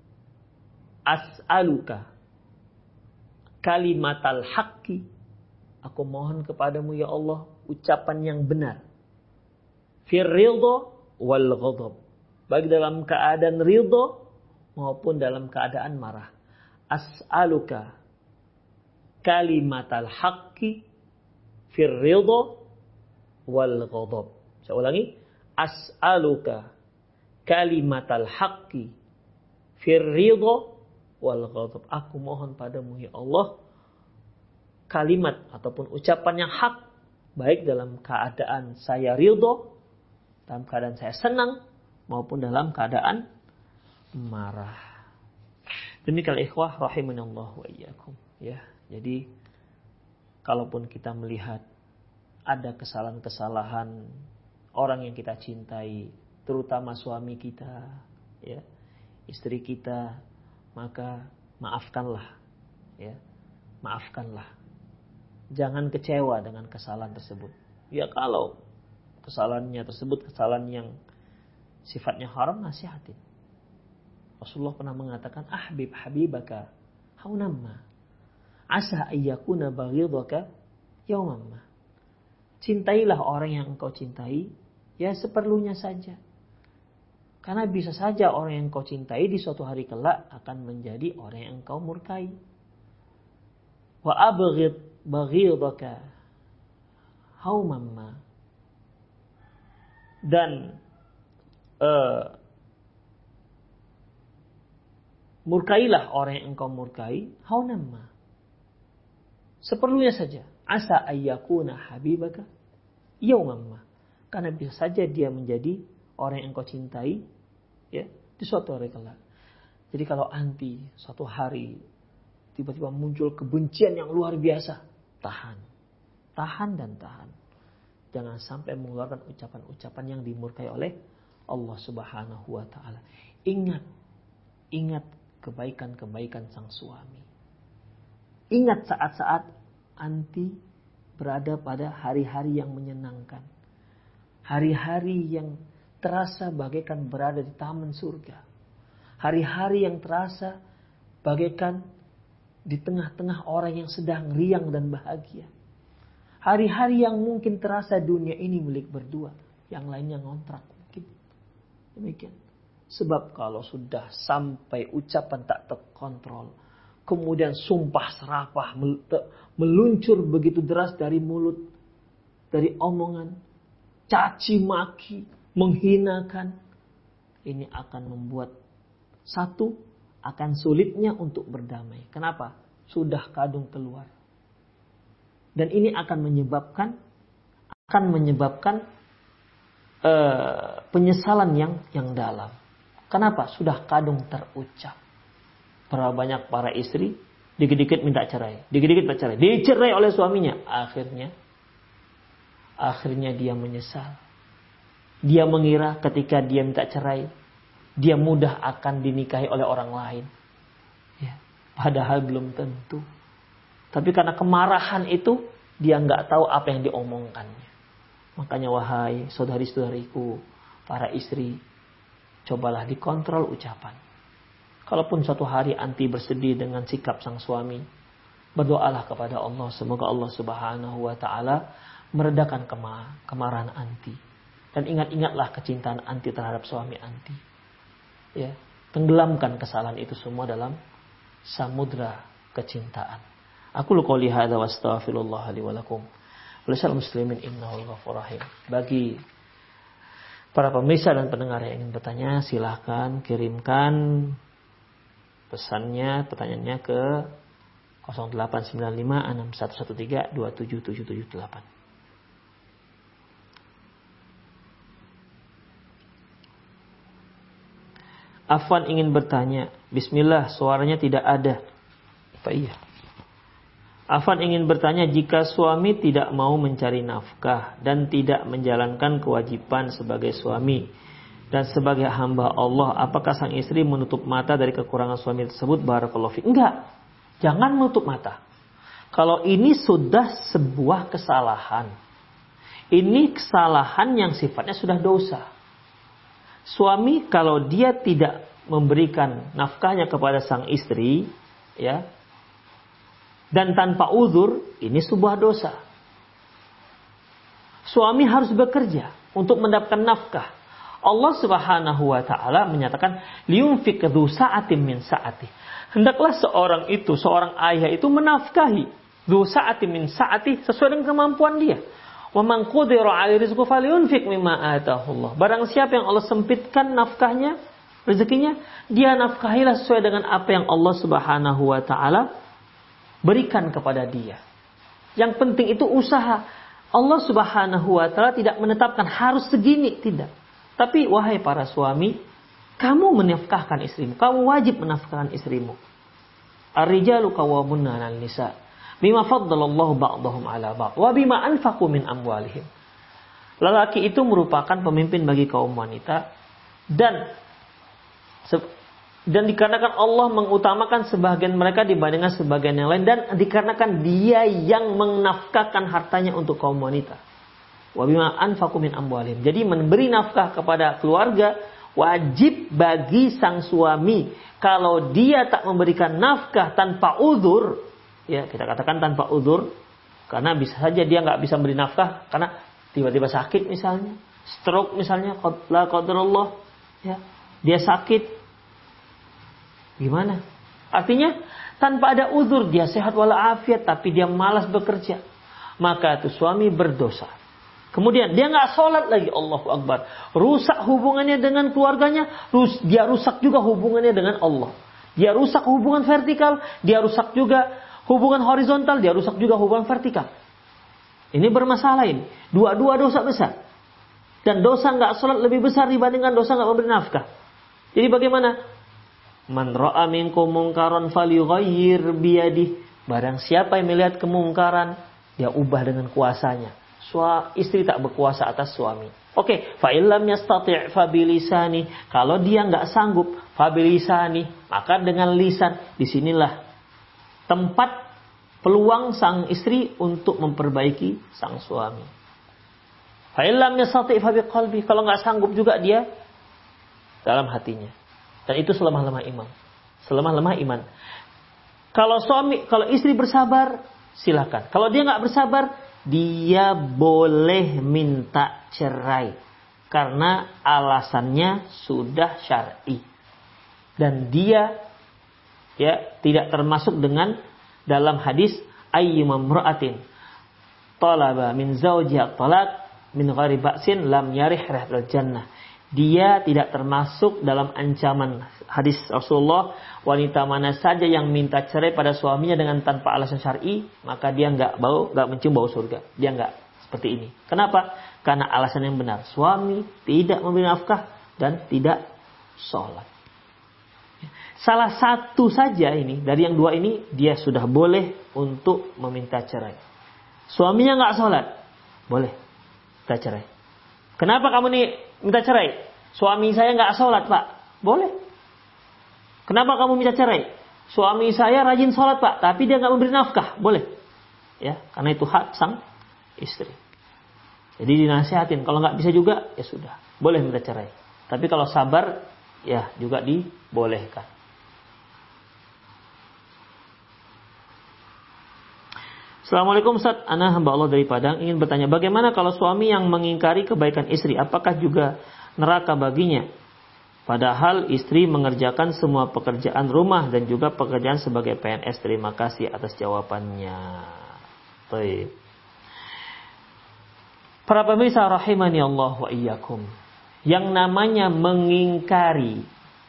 As'aluka kalimatal haqqi. Aku mohon kepadamu ya Allah ucapan yang benar. Fir ridha wal ghadab. Baik dalam keadaan ridha maupun dalam keadaan marah. As'aluka kalimatal haqqi fir ridha wal ghadab. Saya ulangi. As'aluka kalimatal haqqi fir ridha wal ghadab. Aku mohon padamu ya Allah kalimat ataupun ucapan yang hak baik dalam keadaan saya ridha, dalam keadaan saya senang maupun dalam keadaan marah. Demikian ikhwah rahimanallahu wa iyyakum, ya. Jadi kalaupun kita melihat ada kesalahan-kesalahan orang yang kita cintai, terutama suami kita, ya, istri kita, maka maafkanlah, ya, maafkanlah. Jangan kecewa dengan kesalahan tersebut. Ya kalau kesalahannya tersebut kesalahan yang sifatnya haram, nasihatin. Rasulullah pernah mengatakan, ahbib habibaka haunamma, asa ayyakuna baghidaka yaumamma. Cintailah orang yang engkau cintai, ya seperlunya saja. Karena bisa saja orang yang engkau cintai di suatu hari kelak akan menjadi orang yang engkau murkai. Wa abghid baghidaka haumamma. Dan murkailah orang yang engkau murkai, haunamma. Seperlunya saja. Asa ayyakuna habibaka yaumamma. Karena bisa saja dia menjadi orang yang engkau cintai, ya, di suatu hari kelak. Jadi kalau anti suatu hari tiba-tiba muncul kebencian yang luar biasa, tahan. Tahan dan tahan. Jangan sampai mengeluarkan ucapan-ucapan yang dimurkai oleh Allah Subhanahu wa taala. Ingat kebaikan-kebaikan sang suami. Ingat saat-saat anti berada pada hari-hari yang menyenangkan. Hari-hari yang terasa bagaikan berada di taman surga. Hari-hari yang terasa bagaikan di tengah-tengah orang yang sedang riang dan bahagia. Hari-hari yang mungkin terasa dunia ini milik berdua. Yang lainnya ngontrak mungkin. Demikian. Sebab kalau sudah sampai ucapan tak terkontrol. Kemudian sumpah serapah meluncur begitu deras dari mulut. Dari omongan. Caci maki. Menghinakan. Ini akan membuat satu akan sulitnya untuk berdamai. Kenapa? Sudah kadung keluar. Dan ini akan menyebabkan penyesalan yang dalam. Kenapa? Sudah kadung terucap. Berapa banyak para istri dikit-dikit minta cerai, dikit-dikit minta cerai, dicerai oleh suaminya. Akhirnya dia menyesal. Dia mengira ketika dia minta cerai, dia mudah akan dinikahi oleh orang lain. Ya, padahal belum tentu. Tapi karena kemarahan itu, dia nggak tahu apa yang diomongkannya. Makanya wahai saudari-saudariku, para istri, cobalah dikontrol ucapan. Kalaupun suatu hari anti bersedih dengan sikap sang suami, berdoalah kepada Allah. Semoga Allah Subhanahu wa ta'ala meredakan kemarahan anti. Dan ingat-ingatlah kecintaan anti terhadap suami anti. Ya, tenggelamkan kesalahan itu semua dalam samudra kecintaan. Aku qouli hadza wa astaghfirullah li wa lakum. Walisal muslimin innahu ghafurur rahim. Bagi para pemirsa dan pendengar yang ingin bertanya, silahkan kirimkan pesannya, pertanyaannya ke 08956113277778. Afwan ingin bertanya. Bismillah, suaranya tidak ada. Apa iya? Afwan ingin bertanya, jika suami tidak mau mencari nafkah dan tidak menjalankan kewajiban sebagai suami dan sebagai hamba Allah, apakah sang istri menutup mata dari kekurangan suami tersebut? Barakallahu fiik. Enggak. Jangan menutup mata. Kalau ini sudah sebuah kesalahan. Ini kesalahan yang sifatnya sudah dosa. Suami kalau dia tidak memberikan nafkahnya kepada sang istri, ya, dan tanpa uzur, ini sebuah dosa. Suami harus bekerja untuk mendapatkan nafkah. Allah Subhanahu wa taala menyatakan liyunfik dzu sa'atin min sa'ati. Hendaklah seorang ayah itu menafkahi dzu sa'atin min sa'ati sesuai dengan kemampuan dia. Wa man qudira 'alaihi rizquhu falyunfik mimma ataahu Allah. Barang siapa yang Allah sempitkan nafkahnya, rezekinya, dia nafkahilah sesuai dengan apa yang Allah Subhanahu wa taala berikan kepada dia. Yang penting itu usaha. Allah Subhanahu wa taala tidak menetapkan harus segini, tidak. Tapi wahai para suami, kamu menafkahkan istrimu, kamu wajib menafkahkan istrimu. Ar-rijalu qawwamunna 'alan nisa' bima faddalallahu ba'dahum 'ala ba'd wa bima anfaqu min amwalihim. Lelaki itu merupakan pemimpin bagi kaum wanita dan dikarenakan Allah mengutamakan sebagian mereka dibandingkan sebagian yang lain, dan dikarenakan dia yang menafkahkan hartanya untuk kaum wanita. Wa bima anfaqu min amwalihim. Jadi memberi nafkah kepada keluarga wajib bagi sang suami. Kalau dia tak memberikan nafkah tanpa uzur, ya kita katakan tanpa uzur, karena bisa saja dia nggak bisa memberi nafkah karena tiba-tiba sakit misalnya, stroke misalnya, la qadarullah, ya dia sakit, gimana? Artinya tanpa ada uzur, dia sehat walafiat tapi dia malas bekerja, maka itu suami berdosa. Kemudian dia nggak sholat lagi, Allahu Akbar. Rusak hubungannya dengan keluarganya, dia rusak juga hubungannya dengan Allah. Dia rusak hubungan vertikal, dia rusak juga hubungan horizontal, dia rusak juga hubungan vertikal. Ini bermasalah ini. Dua-dua dosa besar. Dan dosa nggak sholat lebih besar dibandingkan dosa nggak memberi nafkah. Jadi bagaimana? Man ra'a minkum mungkaran falyughayyir biyadihi. Barang siapa yang melihat kemungkaran, dia ubah dengan kuasanya. Istri tak berkuasa atas suami. Oke, fa illam yastati' fa bilisani. Kalau dia nggak sanggup, fa bilisani, maka dengan lisan. Disinilah tempat peluang sang istri untuk memperbaiki sang suami. Fa illam yastati' fa biqalbi. Kalau nggak sanggup juga dia dalam hatinya. Dan itu selemah-lemah iman. Selemah-lemah iman. Kalau istri bersabar, silakan. Kalau dia nggak bersabar, dia boleh minta cerai karena alasannya sudah syar'i dan dia tidak termasuk dengan dalam hadis ayyuma imra'atin talaba min zawjiha talaq min ghairi ba'sin lam yarih rihal jannah. Dia tidak termasuk dalam ancaman hadis Rasulullah. Wanita mana saja yang minta cerai pada suaminya dengan tanpa alasan syar'i, maka dia nggak mencium bau surga. Dia nggak seperti ini. Kenapa? Karena alasan yang benar. Suami tidak memberi nafkah dan tidak sholat. Salah satu saja ini dari yang dua ini dia sudah boleh untuk meminta cerai. Suaminya nggak sholat, boleh minta cerai. Kenapa kamu nih minta cerai? Suami saya nggak sholat, Pak. Boleh. Kenapa kamu minta cerai? Suami saya rajin sholat, Pak, tapi dia nggak memberi nafkah. Boleh. Ya, karena itu hak sang istri. Jadi dinasihatin. Kalau nggak bisa juga, ya sudah. Boleh minta cerai. Tapi kalau sabar, ya juga dibolehkan. Assalamualaikum Ustaz, ana hamba Allah dari Padang ingin bertanya, bagaimana kalau suami yang mengingkari kebaikan istri, apakah juga neraka baginya? Padahal istri mengerjakan semua pekerjaan rumah dan juga pekerjaan sebagai PNS. Terima kasih atas jawabannya. Baik. Para pemirsa rahimani Allah wa iyyakum. Yang namanya mengingkari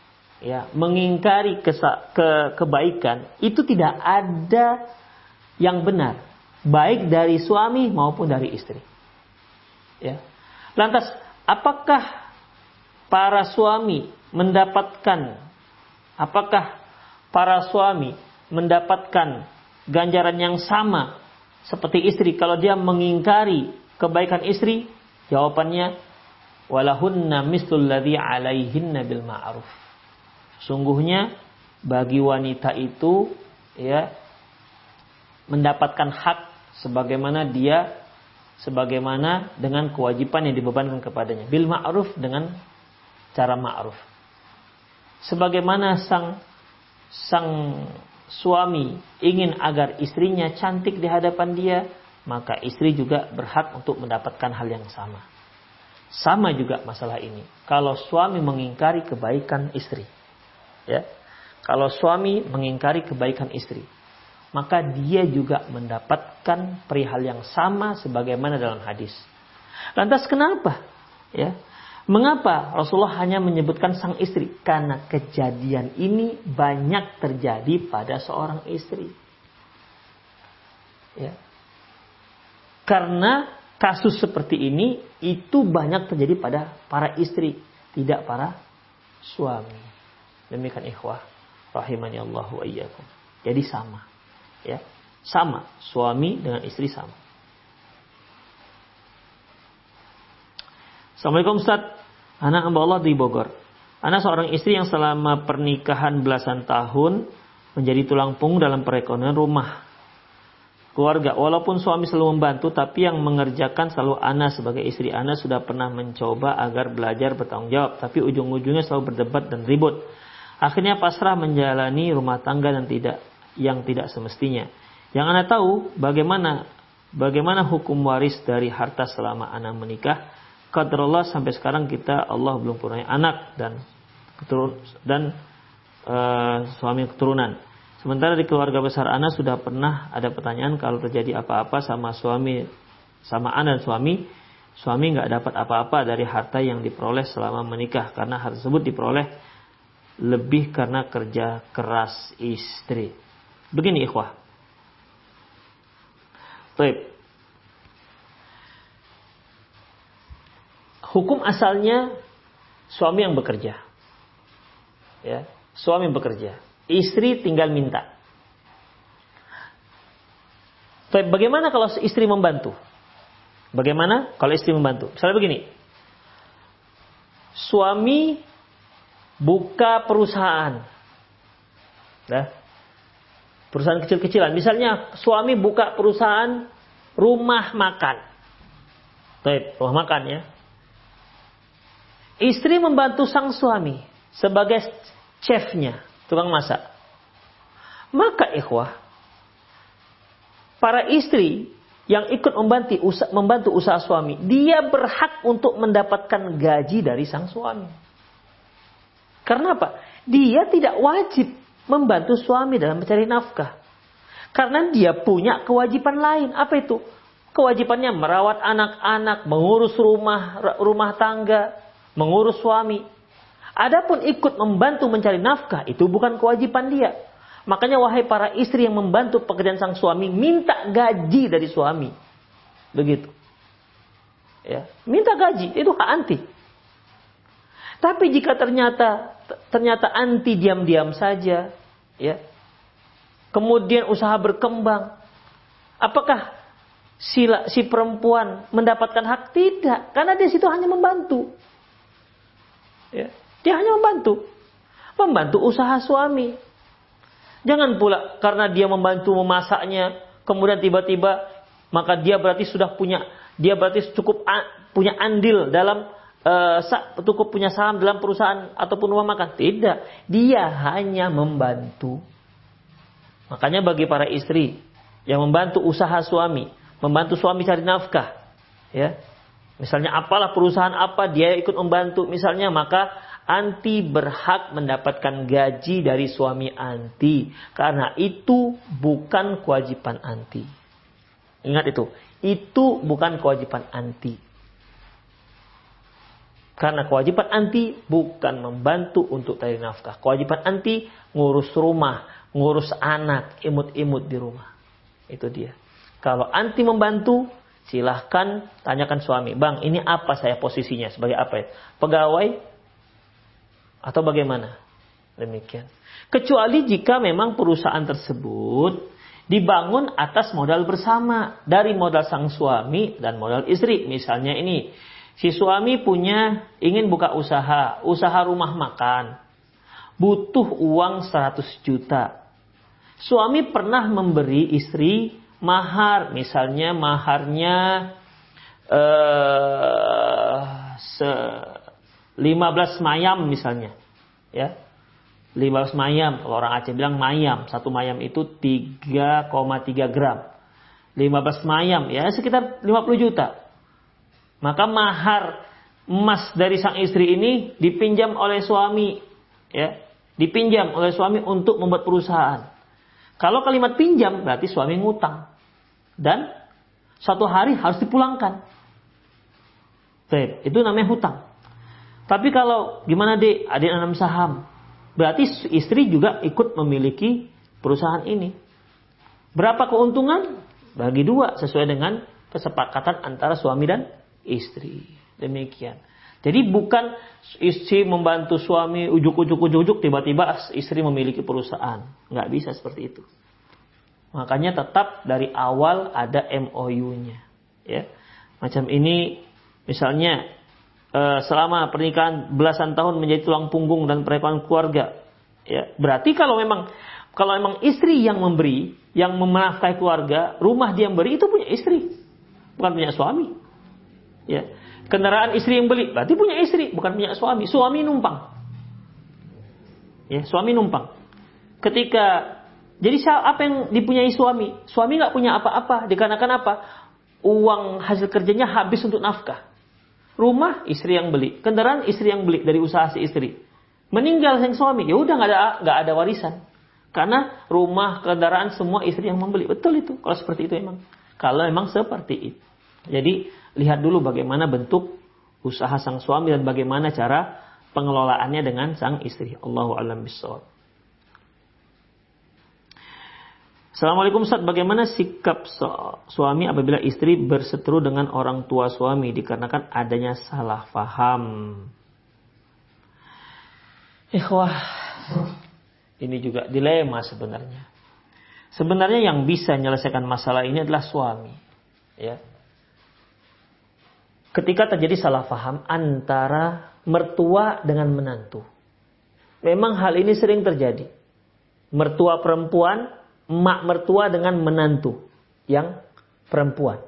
kebaikan itu tidak ada yang benar, baik dari suami maupun dari istri. Ya. Lantas, apakah para suami mendapatkan ganjaran yang sama seperti istri kalau dia mengingkari kebaikan istri? Jawabannya, walahunna mislul ladzi 'alaihinna bil ma'ruf. Sungguhnya bagi wanita itu mendapatkan hak sebagaimana dengan kewajiban yang dibebankan kepadanya. Bil ma'ruf, dengan cara ma'ruf. Sebagaimana sang suami ingin agar istrinya cantik di hadapan dia, maka istri juga berhak untuk mendapatkan hal yang sama. Sama juga masalah ini. Kalau suami mengingkari kebaikan istri, kalau suami mengingkari kebaikan istri, maka dia juga mendapatkan perihal yang sama sebagaimana dalam hadis. Lantas kenapa? Mengapa Rasulullah hanya menyebutkan sang istri? Karena kejadian ini banyak terjadi pada seorang istri. Karena kasus seperti ini itu banyak terjadi pada para istri, tidak para suami. Demikian ikhwah rahimani Allah wa iyyakum. Jadi sama. Sama, suami dengan istri sama. Assalamualaikum Ustaz, anak hamba Allah di Bogor. Anak seorang istri yang selama pernikahan belasan tahun menjadi tulang punggung dalam perekonomian rumah keluarga. Walaupun suami selalu membantu, tapi yang mengerjakan selalu Ana sebagai istri. Ana sudah pernah mencoba agar belajar bertanggung jawab, tapi ujung-ujungnya selalu berdebat dan ribut. Akhirnya pasrah menjalani rumah tangga yang tidak semestinya. Yang Ana tahu bagaimana hukum waris dari harta selama Ana menikah. Qadarullah sampai sekarang Allah belum punya anak dan suami keturunan. Sementara di keluarga besar ana sudah pernah ada pertanyaan kalau terjadi apa-apa sama suami, sama ana dan suami nggak dapat apa-apa dari harta yang diperoleh selama menikah karena harta tersebut diperoleh lebih karena kerja keras istri. Begini ikhwah. Baik. Hukum asalnya suami yang bekerja. Ya, suami bekerja. Istri tinggal minta. Baik, bagaimana kalau istri membantu? Bagaimana kalau istri membantu? Misalnya begini. Suami buka perusahaan. Nah, perusahaan kecil-kecilan. Misalnya suami buka perusahaan rumah makan. Baik, rumah makan ya. Istri membantu sang suami sebagai chefnya, tukang masak. Maka ikhwah, para istri yang ikut membantu usaha suami, dia berhak untuk mendapatkan gaji dari sang suami. Karena apa? Dia tidak wajib membantu suami dalam mencari nafkah. Karena dia punya kewajiban lain. Apa itu? Kewajibannya merawat anak-anak, mengurus rumah tangga, mengurus suami. Adapun ikut membantu mencari nafkah, itu bukan kewajiban dia. Makanya wahai para istri yang membantu pekerjaan sang suami, minta gaji dari suami. Begitu. Ya, minta gaji, itu hak anti. Tapi jika ternyata anti diam-diam saja, ya. Kemudian usaha berkembang, apakah si perempuan mendapatkan hak? Tidak, karena di situ hanya membantu. Ya, dia hanya membantu usaha suami. Jangan pula karena dia membantu memasaknya, kemudian tiba-tiba maka dia berarti cukup punya andil dalam cukup punya saham dalam perusahaan ataupun rumah makan. Tidak, dia hanya membantu. Makanya bagi para istri yang membantu usaha suami, membantu suami cari nafkah, ya. Misalnya apalah perusahaan apa dia ikut membantu misalnya, maka anti berhak mendapatkan gaji dari suami anti. Karena itu bukan kewajiban anti. Ingat itu bukan kewajiban anti. Karena kewajiban anti bukan membantu untuk cari nafkah. Kewajiban anti ngurus rumah, ngurus anak, imut-imut di rumah. Itu dia. Kalau anti membantu, silahkan tanyakan suami. Bang, ini apa saya posisinya? Sebagai apa ya? Pegawai? Atau bagaimana? Demikian. Kecuali jika memang perusahaan tersebut dibangun atas modal bersama. Dari modal sang suami dan modal istri. Misalnya ini. Si suami ingin buka usaha rumah makan. Butuh uang 100 juta. Suami pernah memberi istri mahar. Misalnya maharnya 15 mayam misalnya. Ya. 15 mayam. Kalau orang Aceh bilang mayam. Satu mayam itu 3,3 gram. 15 mayam. Ya sekitar 50 juta. Maka mahar emas dari sang istri ini dipinjam oleh suami. Ya. Dipinjam oleh suami untuk membuat perusahaan. Kalau kalimat pinjam berarti suami ngutang. Dan suatu hari harus dipulangkan. Baik, itu namanya hutang. Tapi kalau gimana dek, adik nanam saham, berarti istri juga ikut memiliki perusahaan ini. Berapa keuntungan? Bagi dua sesuai dengan kesepakatan antara suami dan istri. Demikian. Jadi bukan istri membantu suami ujuk-ujuk tiba-tiba istri memiliki perusahaan. Nggak bisa seperti itu. Makanya tetap dari awal ada MOU-nya. Ya. Macam ini misalnya selama pernikahan belasan tahun menjadi tulang punggung dan perekonomian keluarga. Ya, berarti kalau memang istri yang memberi, yang menafkahi keluarga, rumah dia yang beri itu punya istri, bukan punya suami. Ya. Kendaraan istri yang beli, berarti punya istri, bukan punya suami. Suami numpang. Ya, suami numpang. Jadi apa yang dipunyai suami? Suami nggak punya apa-apa, dikarenakan apa? Uang hasil kerjanya habis untuk nafkah. Rumah istri yang beli, kendaraan istri yang beli dari usaha si istri. Meninggal sang suami, ya udah nggak ada warisan. Karena rumah, kendaraan semua istri yang membeli. Betul itu. Kalau seperti itu emang. Kalau emang seperti itu. Jadi lihat dulu bagaimana bentuk usaha sang suami dan bagaimana cara pengelolaannya dengan sang istri. Allahu a'lam bishawab. Assalamualaikum Ustaz, bagaimana sikap suami apabila istri berseteru dengan orang tua suami dikarenakan adanya salah faham? Ikhwah, ini juga dilema sebenarnya. Sebenarnya yang bisa menyelesaikan masalah ini adalah suami. Ya. Ketika terjadi salah faham antara mertua dengan menantu. Memang hal ini sering terjadi. Mertua perempuan, emak mertua dengan menantu yang perempuan.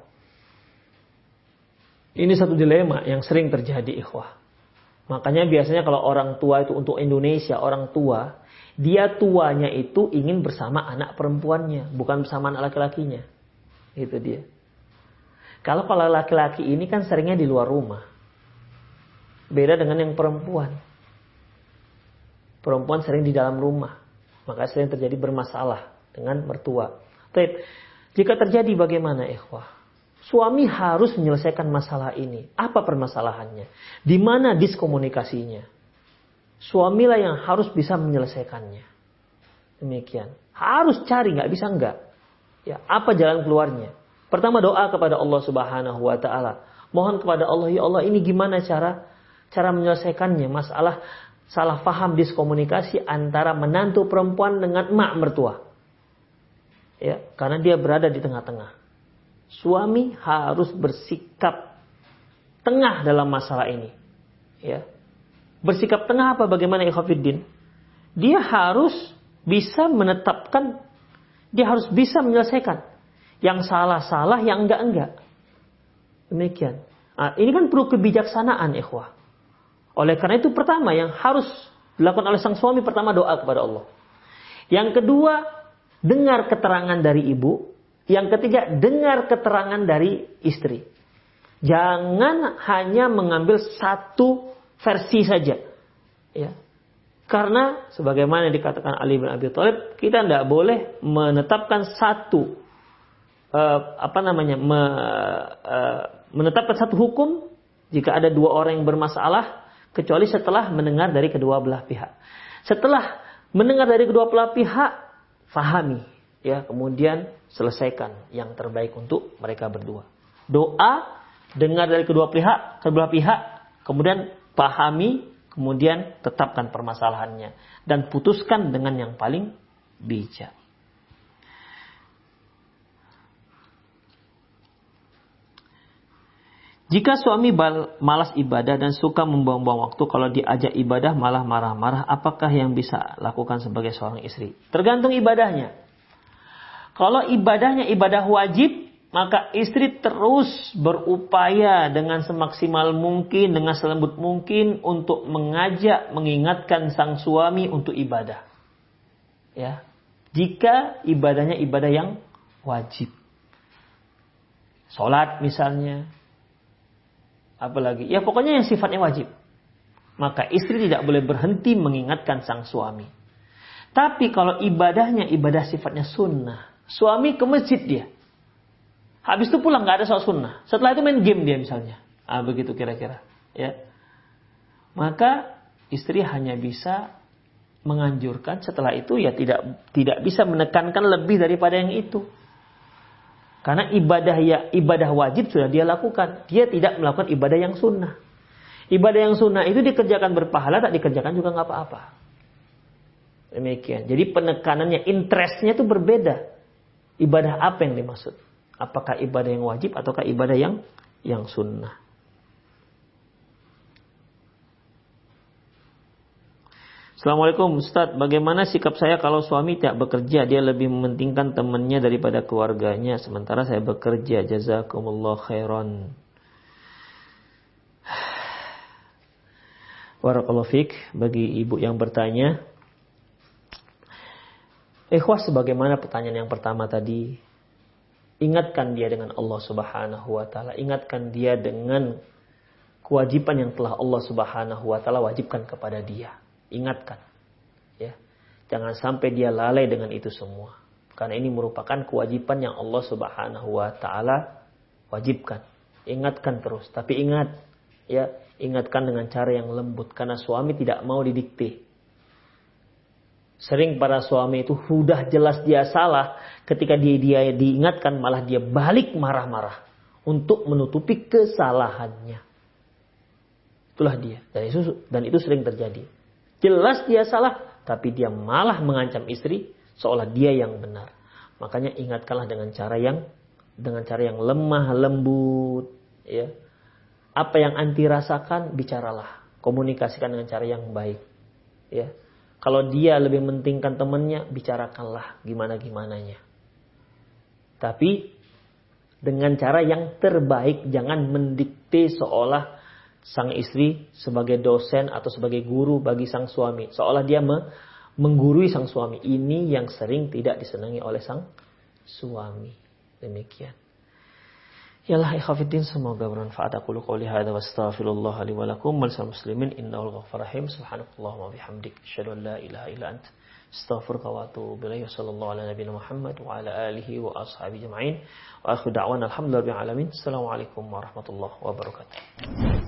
Ini satu dilema yang sering terjadi, ikhwah. Makanya biasanya kalau orang tua itu untuk Indonesia, orang tua, dia tuanya itu ingin bersama anak perempuannya, bukan bersama anak laki-lakinya. Itu dia. Kalau laki-laki ini kan seringnya di luar rumah. Beda dengan yang perempuan. Perempuan sering di dalam rumah. Maka sering terjadi bermasalah dengan mertua. Baik, jika terjadi bagaimana, ikhwah? Suami harus menyelesaikan masalah ini. Apa permasalahannya? Di mana diskomunikasinya? Suamilah yang harus bisa menyelesaikannya. Demikian. Harus cari, nggak bisa enggak. Ya, apa jalan keluarnya? Pertama doa kepada Allah Subhanahu wa taala. Mohon kepada Allah, ya Allah, ini gimana cara menyelesaikannya? Masalah salah paham diskomunikasi antara menantu perempuan dengan emak mertua. Ya, karena dia berada di tengah-tengah. Suami harus bersikap tengah dalam masalah ini. Ya. Bersikap tengah apa? Bagaimana ikhwafiddin? Dia harus bisa menetapkan, dia harus bisa menyelesaikan. Yang salah-salah, yang enggak-enggak. Demikian. Nah, ini kan perlu kebijaksanaan, ikhwah. Oleh karena itu pertama yang harus dilakukan oleh sang suami, pertama doa kepada Allah. Yang kedua, dengar keterangan dari ibu. Yang ketiga, dengar keterangan dari istri. Jangan hanya mengambil satu versi saja. Ya. Karena sebagaimana dikatakan Ali bin Abi Thalib, kita tidak boleh menetapkan satu menetapkan satu hukum jika ada dua orang yang bermasalah, kecuali setelah mendengar dari kedua belah pihak. Setelah mendengar dari kedua belah pihak, fahami, ya, kemudian selesaikan yang terbaik untuk mereka berdua. Doa, dengar dari kedua pihak, kemudian pahami, kemudian tetapkan permasalahannya dan putuskan dengan yang paling bijak. Jika suami malas ibadah dan suka membuang-buang waktu, kalau diajak ibadah malah marah-marah, apakah yang bisa lakukan sebagai seorang istri? Tergantung ibadahnya. Kalau ibadahnya ibadah wajib, maka istri terus berupaya dengan semaksimal mungkin, dengan selembut mungkin untuk mengajak, mengingatkan sang suami untuk ibadah. Ya. Jika ibadahnya ibadah yang wajib. Salat misalnya. Apalagi, ya pokoknya yang sifatnya wajib. Maka istri tidak boleh berhenti mengingatkan sang suami. Tapi kalau ibadahnya ibadah sifatnya sunnah, suami ke masjid dia. Habis itu pulang nggak ada sholat sunnah. Setelah itu main game dia misalnya. Begitu kira-kira. Ya. Maka istri hanya bisa menganjurkan. Setelah itu ya tidak bisa menekankan lebih daripada yang itu. Karena ibadah wajib sudah dia lakukan. Dia tidak melakukan ibadah yang sunnah. Ibadah yang sunnah itu dikerjakan berpahala, tak dikerjakan juga nggak apa-apa. Demikian. Jadi penekanannya, interestnya itu berbeda. Ibadah apa yang dimaksud? Apakah ibadah yang wajib ataukah ibadah yang sunnah? Assalamualaikum Ustaz, bagaimana sikap saya kalau suami tidak bekerja? Dia lebih mementingkan temannya daripada keluarganya, sementara saya bekerja. Jazakumullah khairan. Barakallahu fiik bagi ibu yang bertanya. Ikhwah, sebagaimana pertanyaan yang pertama tadi, ingatkan dia dengan Allah Subhanahu wa taala, ingatkan dia dengan kewajiban yang telah Allah Subhanahu wa taala wajibkan kepada dia. Ingatkan, ya. Jangan sampai dia lalai dengan itu semua. Karena ini merupakan kewajiban yang Allah Subhanahu wa taala wajibkan. Ingatkan terus, tapi ingat, ya, ingatkan dengan cara yang lembut karena suami tidak mau didikte. Sering para suami itu sudah jelas dia salah, ketika dia diingatkan malah dia balik marah-marah untuk menutupi kesalahannya. Itulah dia, dan itu sering terjadi. Jelas dia salah, tapi dia malah mengancam istri seolah dia yang benar. Makanya ingatkanlah dengan cara yang lemah lembut, ya. Apa yang anti rasakan, bicaralah, komunikasikan dengan cara yang baik, ya. Kalau dia lebih mementingkan temannya, bicarakanlah gimana-gimananya. Tapi dengan cara yang terbaik, jangan mendikte seolah sang istri sebagai dosen atau sebagai guru bagi sang suami. Seolah dia menggurui sang suami. Ini yang sering tidak disenangi oleh sang suami. Demikian. Yalah ikhwafiddin, semoga bermanfaat. Aku qouli hadza wa astaghfirullah li wa lakum wal muslimin innahu ghafurur rahim. Subhanakallahumma wa bihamdik asyhadu an la ilaha illa anta astaghfiruka wa atubu ilaik. Sallallahu ala nabiyina Muhammad wa ala alihi wa ashabihi ajma'in. Wa akhiru da'wana alhamdulillahi rabbil alamin. Assalamualaikum warahmatullahi wabarakatuh.